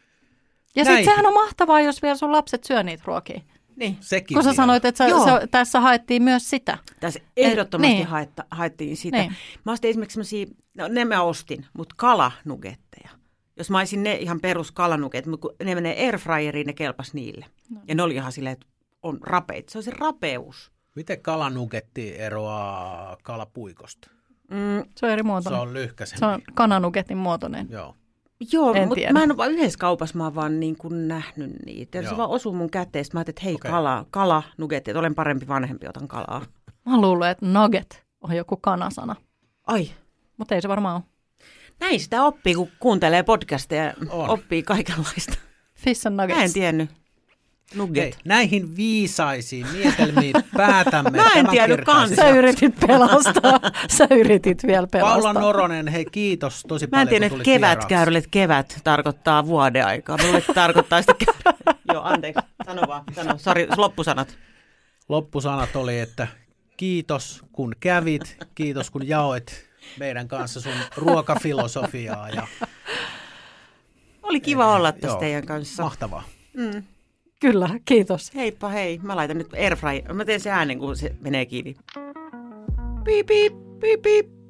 Ja Näin. sitten sehän on mahtavaa, jos vielä sun lapset syö niitä ruokia. Niin. Sekin Kun sä vielä. sanoit, että sä, Joo. sä, tässä haettiin myös sitä. Tässä ehdottomasti niin. haetta, haettiin sitä. Niin. Mä ostin esimerkiksi sellaisia, no ne mä ostin, mutta kalanugetteja. Jos mä olisin ne ihan perus kalanuget, mutta kun ne menee airfryeriin, ne kelpas niille. No. Ja ne oli ihan silleen, että on rapeita. Se on se rapeus. Miten kalanugetti eroaa kalapuikosta? Mm, Se on eri Se muotoinen. on lyhkäisempi. Se on kananugetin muotoinen. Joo. joo, En mutta tiedä. mä en ole vaan yhdessä kaupassa, mä oon vaan niin kuin nähnyt niitä. Ja se Joo. vaan osui mun käteen. Sitten mä ajattelin, että hei, Okei. kala, kalanugetti, että olen parempi vanhempi, otan kalaa. Mä luulen, että nugget on joku kanasana. Ai, Mutta ei se varmaan ole. näin sitä oppii, kun kuuntelee podcasteja. On. Oppii kaikenlaista. Fish and nuggets. Mä en tiennyt. Nugget. Hei, näihin viisaisiin mietelmiin päätämme Mä en tiennyt tämänkertaisen kans. Sä jakson. yritit pelastaa. Sä yritit vielä pelastaa. Paula Noronen, hei kiitos tosi Mä paljon, en tiedä, kun että tulit vieraaksi. kevätkäyrälle, että kevät tarkoittaa vuoden aikaa. Mulle tarkoittaa sitä käyrä. Joo, anteeksi. Sano vaan. Sano. Sori, loppusanat. Loppusanat oli, että kiitos kun kävit, kiitos kun jaoit meidän kanssa sun ruokafilosofiaa. Ja, Oli kiva olla tässä joo, teidän kanssa. mahtavaa. Mm. Kyllä, kiitos. Heippa hei. Mä laitan nyt airfryer. Mä teen se äänen, kun se menee kiinni. Piip, piip, piip, piip.